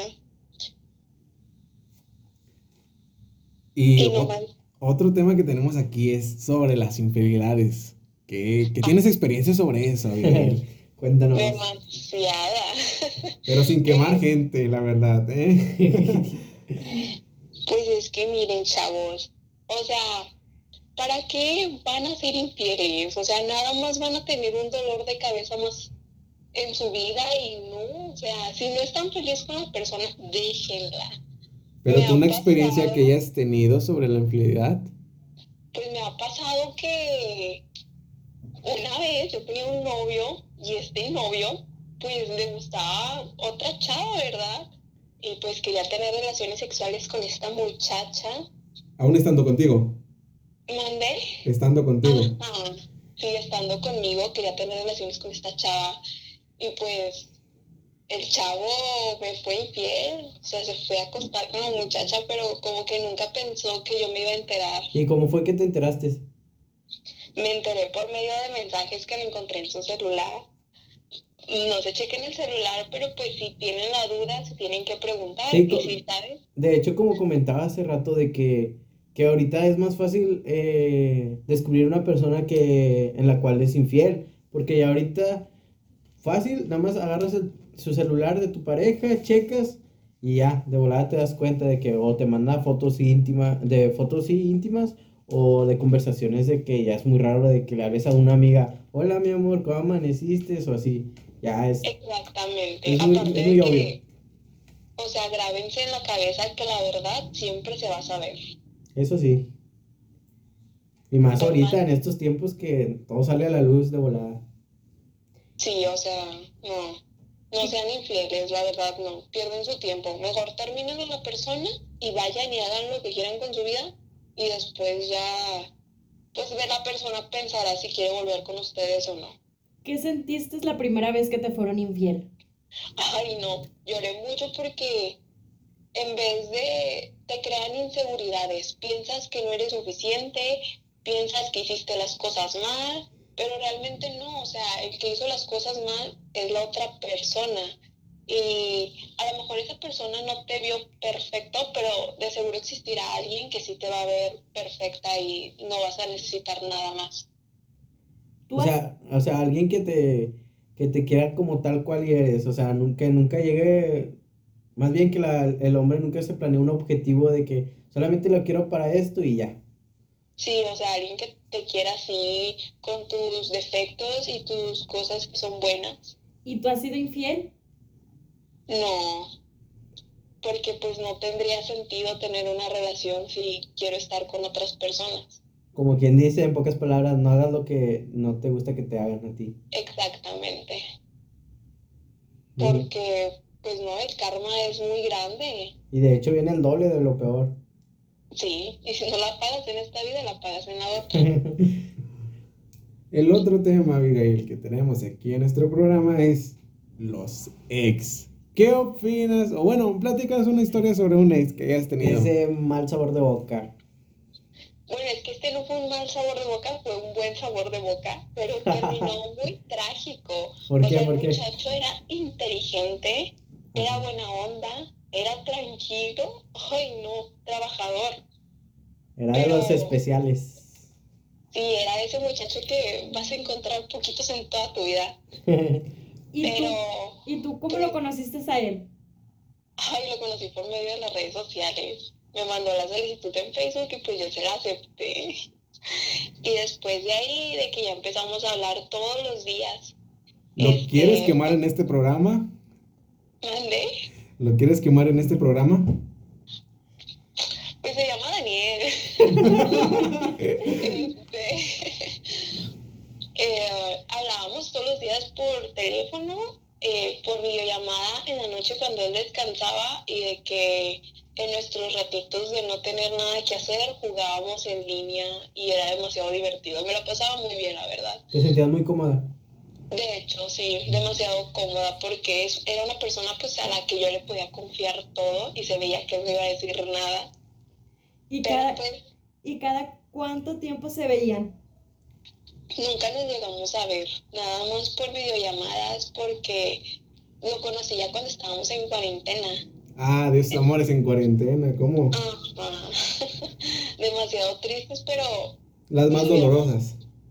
Y Y no más. otro tema que tenemos aquí es sobre las infidelidades. ¿Qué tienes experiencia sobre eso, Abigail? Cuéntanos. Demasiada. Pero sin quemar gente, la verdad, ¿eh? Pues es que miren, chavos, o sea, ¿para qué van a ser infieles? O sea, nada más van a tener un dolor de cabeza más en su vida y no, o sea, si no están felices con la persona, déjenla. Pero Me tú ha una experiencia que pasado, hayas tenido sobre la infidelidad. pues me ha pasado que una vez yo tenía un novio y este novio, pues le gustaba otra chava, ¿verdad? Y pues quería tener relaciones sexuales con esta muchacha. Aún estando contigo. ¿Mandé? Estando contigo. Ajá. Sí, estando conmigo, quería tener relaciones con esta chava. Y pues el chavo me fue infiel, o sea, se fue a acostar con la muchacha, pero como que nunca pensó que yo me iba a enterar. ¿Y cómo fue que te enteraste? Me enteré por medio de mensajes que le encontré en su celular. No se chequen el celular, pero pues si tienen la duda, se tienen que preguntar. Sí, Y si saben, de hecho, como comentaba hace rato, de que ahorita es más fácil descubrir una persona que en la cual es infiel, porque ya ahorita fácil, nada más agarras su celular de tu pareja, checas y ya, de volada te das cuenta de que o te manda fotos íntimas, de fotos sí íntimas o de conversaciones de que ya es muy raro de que le hables a una amiga, hola mi amor, ¿cómo amaneciste? O así, ya exactamente. es Aparte muy de obvio. que, o sea, grábense en la cabeza que la verdad siempre se va a saber. Eso sí. Y más Por ahorita más, en estos tiempos que todo sale a la luz de volada. sí, o sea, no sean infieles, la verdad no, pierden su tiempo. Mejor terminen con la persona y vayan y hagan lo que quieran con su vida y después ya, pues ver la persona pensará si quiere volver con ustedes o no. ¿Qué sentiste la primera vez que te fueron infiel? Ay, no, lloré mucho porque en vez de te crean inseguridades, piensas que no eres suficiente, piensas que hiciste las cosas mal, pero realmente no, o sea, el que hizo las cosas mal es la otra persona. Y a lo mejor esa persona no te vio perfecto, pero de seguro existirá alguien que sí te va a ver perfecta y no vas a necesitar nada más. ¿Tú has, O sea, alguien que te quiera como tal cual eres. O sea, nunca llegue, más bien que el hombre nunca se planee un objetivo de que solamente lo quiero para esto y ya. Sí, o sea, alguien que te quiera así con tus defectos y tus cosas que son buenas. ¿Y tú has sido infiel? No, porque pues no tendría sentido tener una relación si quiero estar con otras personas. Como quien dice, en pocas palabras, no hagas lo que no te gusta que te hagan a ti. Exactamente, Ujú. porque pues no, el karma es muy grande. Y de hecho viene el doble de lo peor. Sí, y si no la pagas en esta vida, la pagas en la otra. El otro tema, Abigail, que tenemos aquí en nuestro programa es los ex. ¿Qué opinas? O bueno, platicas una historia sobre un ex que hayas tenido. Ese mal sabor de boca. Bueno, es que este no fue un mal sabor de boca, fue un buen sabor de boca, pero terminó muy trágico. ¿Por O qué? sea, el ¿Por qué? muchacho era inteligente, era Ajá. buena onda, era tranquilo, ay no, trabajador. Era de Pero los especiales. sí, era ese muchacho que vas a encontrar poquitos en toda tu vida. ¿Y Pero, tú, ¿y tú cómo pues, lo conociste a él? ay, lo conocí por medio de las redes sociales. Me mandó la solicitud en Facebook y pues yo se la acepté. Y después de ahí, de que ya empezamos a hablar todos los días, ¿Lo quieres quemar pues, en este programa? mandé, ¿Lo quieres quemar en este programa? pues se llama Daniel. Este, hablábamos todos los días por teléfono, por videollamada en la noche cuando él descansaba y de que en nuestros ratitos de no tener nada que hacer jugábamos en línea y era demasiado divertido. Me lo pasaba muy bien, la verdad. Te sentías muy cómoda. De hecho, sí, demasiado cómoda porque era una persona pues a la que yo le podía confiar todo y se veía que no iba a decir nada. ¿Y Pero cada, pues y cada cuánto tiempo se veían? nunca nos llegamos a ver, nada más por videollamadas porque lo conocí ya cuando estábamos en cuarentena. Ah, de esos amores en cuarentena, ¿cómo? Ajá. Demasiado tristes, pero Las pues más hubiéramos, dolorosas.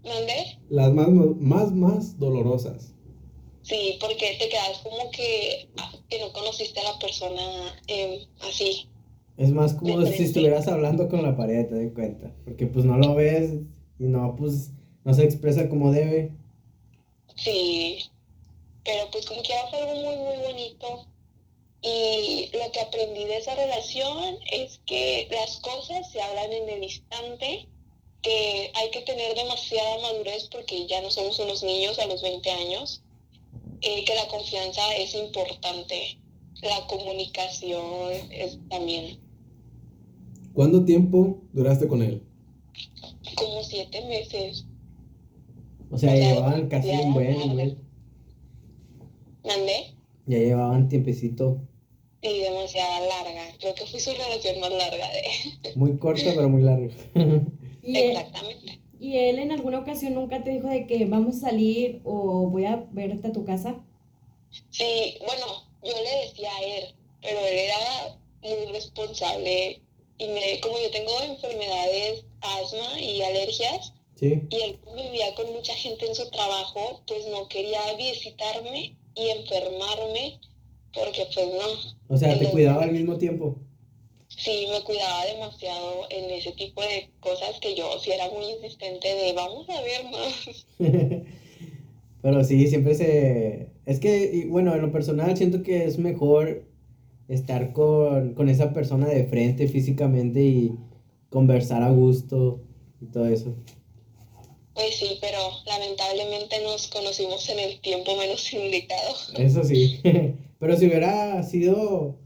¿Mandé? Las más dolorosas. Sí, porque te quedas como que no conociste a la persona así, Es más de como si frente. estuvieras hablando con la pared, te das cuenta. Porque pues no lo ves y no, pues no se expresa como debe. Sí, pero pues como quiera fue algo muy, muy bonito. Y lo que aprendí de esa relación es que las cosas se hablan en el instante, que hay que tener demasiada madurez porque ya no somos unos niños a los 20 años, que la confianza es importante, la comunicación es también. ¿Cuánto tiempo duraste con él? Como 7 meses, O sea, o ya sea, llevaban casi un demasiado buen, larga. güey. ¿Mandé? Ya llevaban tiempecito. Y demasiado larga. Creo que fue su relación más larga de... Muy corta, pero muy larga. Y él, Exactamente. y él en alguna ocasión nunca te dijo de que vamos a salir o voy a verte a tu casa. Sí, bueno, yo le decía a él, pero él era muy responsable y como yo tengo enfermedades, asma y alergias, Sí. y él vivía con mucha gente en su trabajo, pues no quería visitarme y enfermarme, porque pues no. O sea, te cuidaba al Entonces, mismo tiempo. sí, me cuidaba demasiado en ese tipo de cosas que yo sí era muy insistente de vamos a ver más. Pero sí, siempre se... Es que, y bueno, en lo personal siento que es mejor estar con esa persona de frente físicamente y conversar a gusto y todo eso. Pues sí, pero lamentablemente nos conocimos en el tiempo menos indicado. Eso sí. Pero si hubiera sido,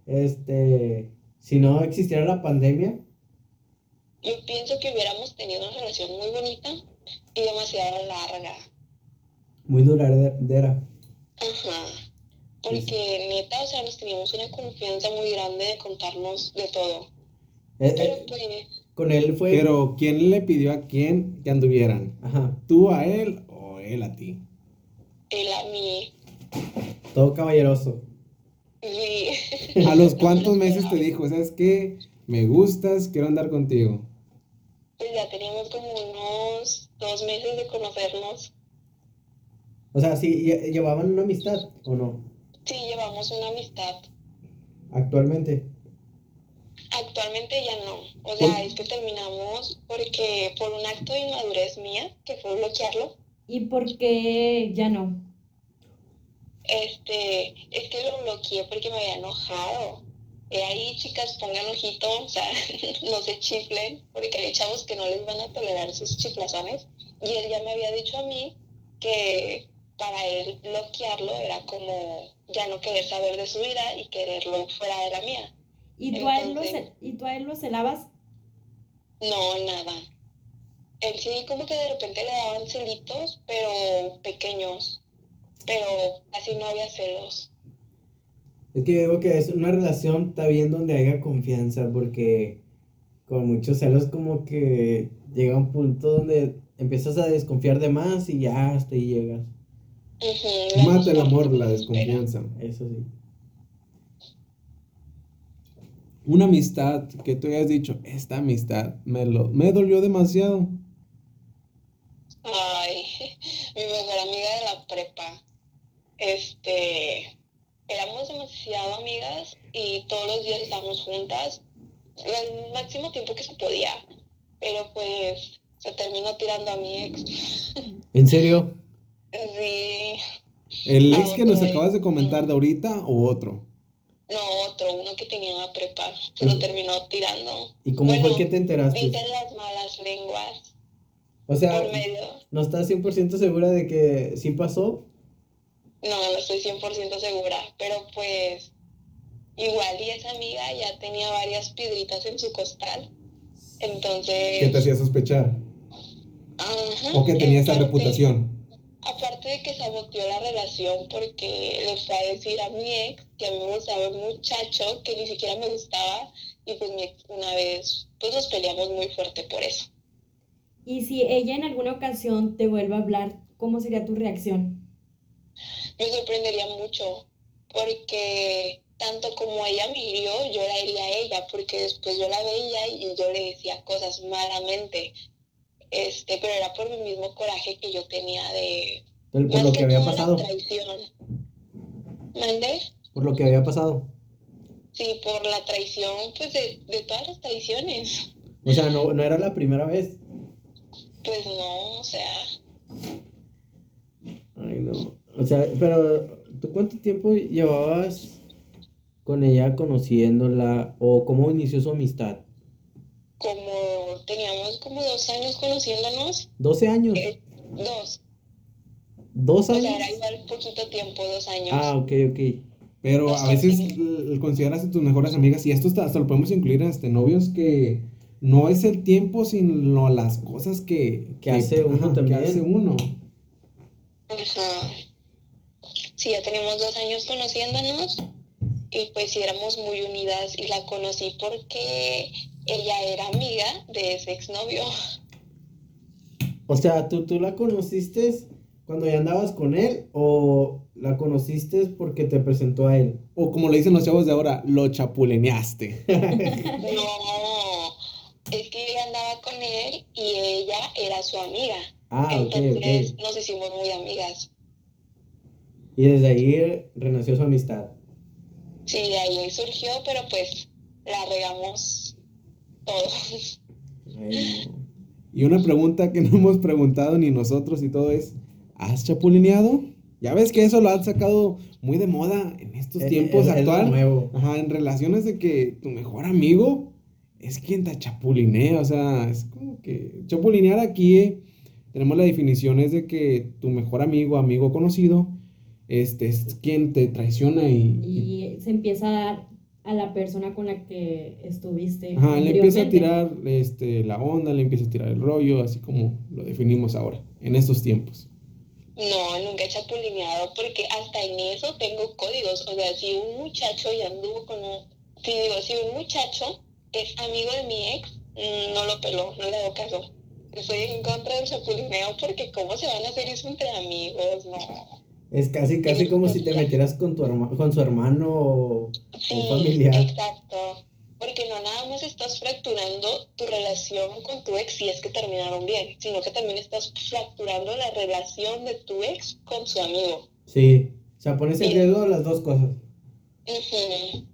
si no existiera la pandemia, Yo pienso que hubiéramos tenido una relación muy bonita y demasiado larga. muy duradera. Ajá. Es- Porque neta, o sea, nos teníamos una confianza muy grande de contarnos de todo. eh, Pero eh, pues, con él fue... Pero ¿quién le pidió a quién que anduvieran? Ajá, ¿Tú a él o él a ti? él a mí, todo caballeroso. sí, ¿A los no me lo cuántos meses te esperaba. dijo, sabes qué? Me gustas, quiero andar contigo. Pues ya teníamos como unos 2 meses de conocernos. O sea, sí, llevaban una amistad, ¿o no? Sí, llevamos una amistad. Actualmente. Actualmente ya no. O ¿Por, sea, es que terminamos porque por un acto de inmadurez mía, que fue bloquearlo, ¿Y por qué ya no? es que lo bloqueé porque me había enojado. Ahí, chicas, pongan ojito, o sea, no se chiflen, porque hay chavos que no les van a tolerar sus chiflazones. Y él ya me había dicho a mí que para él bloquearlo era como ya no querer saber de su vida y quererlo fuera de la mía. Entonces, ¿Y tú a él lo celabas? no, nada. Él sí como que de repente le daban celitos, pero pequeños, pero así no había celos. Es que digo que es una relación, está bien donde haya confianza, porque con muchos celos como que llega un punto donde empiezas a desconfiar de más y ya hasta ahí llegas. Ujú, las dos mata el amor, partes la desesperan. desconfianza? Eso sí. Una amistad que tú hayas dicho, esta amistad me dolió demasiado. Ay, mi mejor amiga de la prepa, éramos demasiado amigas y todos los días estábamos juntas, el máximo tiempo que se podía, pero pues se terminó tirando a mi ex. ¿En serio? Sí, ¿El a ex que otro nos ex. acabas de comentar de ahorita o otro? No, otro, uno que tenía en la prepa, se lo ¿Y, terminó tirando. y cómo fue que Bueno, te enteraste? dicen las malas lenguas O por sea, medio. ¿no estás 100% segura de que sí pasó? No, no estoy 100% segura, pero pues igual y esa amiga ya tenía varias piedritas en su costal. ¿Qué te Entonces, hacía sospechar? ajá, ¿O que y tenía esa reputación? aparte de que saboteó la relación porque le fue a decir a mi ex que a mí me gustaba un muchacho que ni siquiera me gustaba y pues mi ex una vez, pues nos peleamos muy fuerte por eso. Y si ella en alguna ocasión te vuelve a hablar, ¿cómo sería tu reacción? Me sorprendería mucho porque tanto como ella me hirió, yo la hería a ella porque después yo la veía y yo le decía cosas malamente. pero era por el mismo coraje que yo tenía de, Por más lo que que había todo, pasado. la traición. ¿Mande? Por lo que había pasado. Sí, por la traición, pues de todas las traiciones. O sea, no era la primera vez. Pues no, o sea, Ay, no. O sea, pero ¿tú cuánto tiempo llevabas con ella conociéndola o cómo inició su amistad? como teníamos como 2 años conociéndonos, 12 años. 2, ¿2 o sea, era años? igual poquito tiempo, 2 años. Ah, ok. Pero a veces consideras a tus mejores amigas, y esto hasta lo podemos incluir en novios, que no es el tiempo, sino las cosas Que hace uno que también. hace uno. Ajá. Sí, ya teníamos 2 años conociéndonos y pues sí éramos muy unidas y la conocí porque ella era amiga de ese exnovio. O sea, ¿tú la conociste cuando ya andabas con él o la conociste porque te presentó a él? O como le dicen los chavos de ahora, lo chapulineaste. No, es que yo ya andaba con él y ella era su amiga. Ah, ok. Entonces nos hicimos muy amigas. Y desde ahí renació su amistad. Sí, de ahí surgió, pero pues la regamos todos. Ay, no. Y una pregunta que no hemos preguntado ni nosotros y todo es, ¿has chapulineado? Ya ves que eso lo han sacado muy de moda en estos tiempos Es lo actual. nuevo. Ajá, en relaciones de que tu mejor amigo es quien te chapulinea. O sea, es como que chapulinear aquí, tenemos la definición es de que tu mejor amigo conocido, es quien te traiciona Y se empieza a dar a la persona con la que estuviste ajá, le empieza a anteriormente. tirar la onda, le empieza a tirar el rollo, así como lo definimos ahora, en estos tiempos. No, nunca he chapulineado porque hasta en eso tengo códigos. O sea, si un muchacho ya anduvo con un... si un muchacho es amigo de mi ex, no lo peló, no le hago caso. Estoy en contra del chapulineo porque ¿cómo se van a hacer eso entre amigos? No. Es casi Y como si te ya. metieras con con su hermano o un Sí, familiar. exacto. Porque no nada más estás fracturando tu relación con tu ex si es que terminaron bien, sino que también estás fracturando la relación de tu ex con su amigo. Sí. O sea, pones en Y, riesgo las dos cosas. ujú.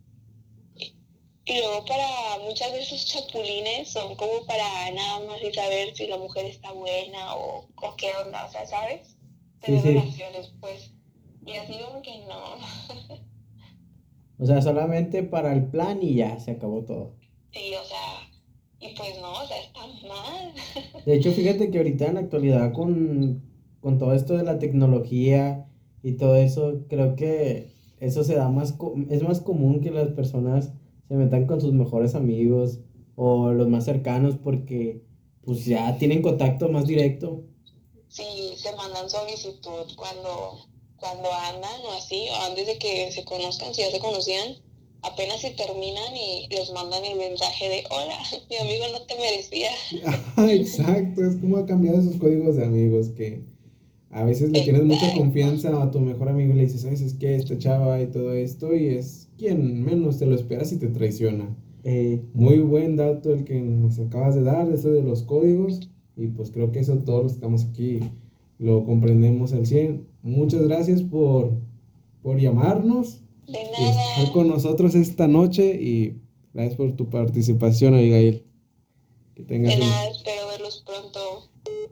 Y luego para muchas de esos chapulines son como para nada más y saber si la mujer está buena o qué onda, o sea, ¿sabes? Sí, Tener sí. relaciones, pues. Y así como que no. O sea, solamente para el plan y ya, se acabó todo. Sí, o sea, y pues no, o sea, está mal. De hecho, fíjate que ahorita en la actualidad con todo esto de la tecnología y todo eso, creo que eso se da es más común que las personas se metan con sus mejores amigos o los más cercanos porque pues ya tienen contacto más directo. Sí, se mandan solicitud cuando andan o así, o antes de que se conozcan, si ya se conocían, apenas si terminan y les mandan el mensaje de, hola, mi amigo no te merecía. Ajá, exacto, es como ha cambiado esos códigos de amigos que a veces le tienes mucha Exacto. confianza a tu mejor amigo y le dices, ¿sabes? Es que esta chava y todo esto, y es quien menos te lo esperas y te traiciona. Muy buen dato el que nos acabas de dar, eso de los códigos, y pues creo que eso todos los que estamos aquí lo comprendemos al 100. Muchas gracias por llamarnos De y estar con nada, nosotros esta noche, y gracias por tu participación, Abigail. Que tengas de un... nada, espero verlos pronto.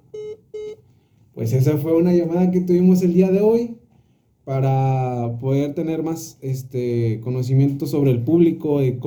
Pues esa fue una llamada que tuvimos el día de hoy para poder tener más conocimiento sobre el público y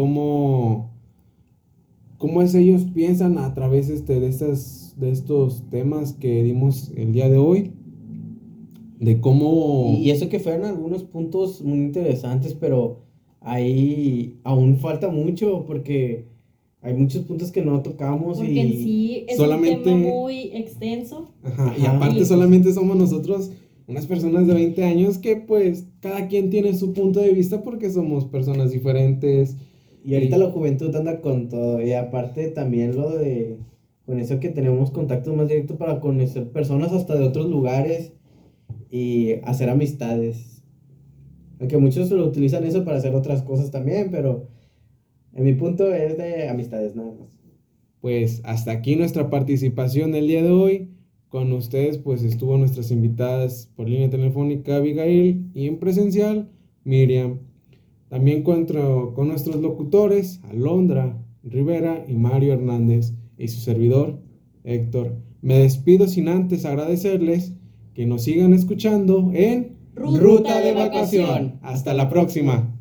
cómo es ellos piensan a través de estos temas que dimos el día de hoy, de cómo... Y eso que fueron algunos puntos muy interesantes, pero ahí aún falta mucho porque hay muchos puntos que no tocamos Porque en y sí es solamente... un tema muy extenso. Ajá, y Ajá. aparte Y- solamente somos nosotros unas personas de 20 años que pues cada quien tiene su punto de vista porque somos personas diferentes. Y ahorita la juventud anda con todo. Y aparte también con eso que tenemos contactos más directos para conocer personas hasta de otros lugares y hacer amistades. Aunque muchos lo utilizan eso para hacer otras cosas también, pero en mi punto es de amistades nada más. pues hasta aquí nuestra participación el día de hoy. Con ustedes pues estuvo nuestras invitadas por línea telefónica Abigail y en presencial Miriam. También cuento con nuestros locutores Alondra Rivera y Mario Hernández y su servidor Héctor. Me despido sin antes agradecerles que nos sigan escuchando en Ruta de Vacación. Hasta la próxima.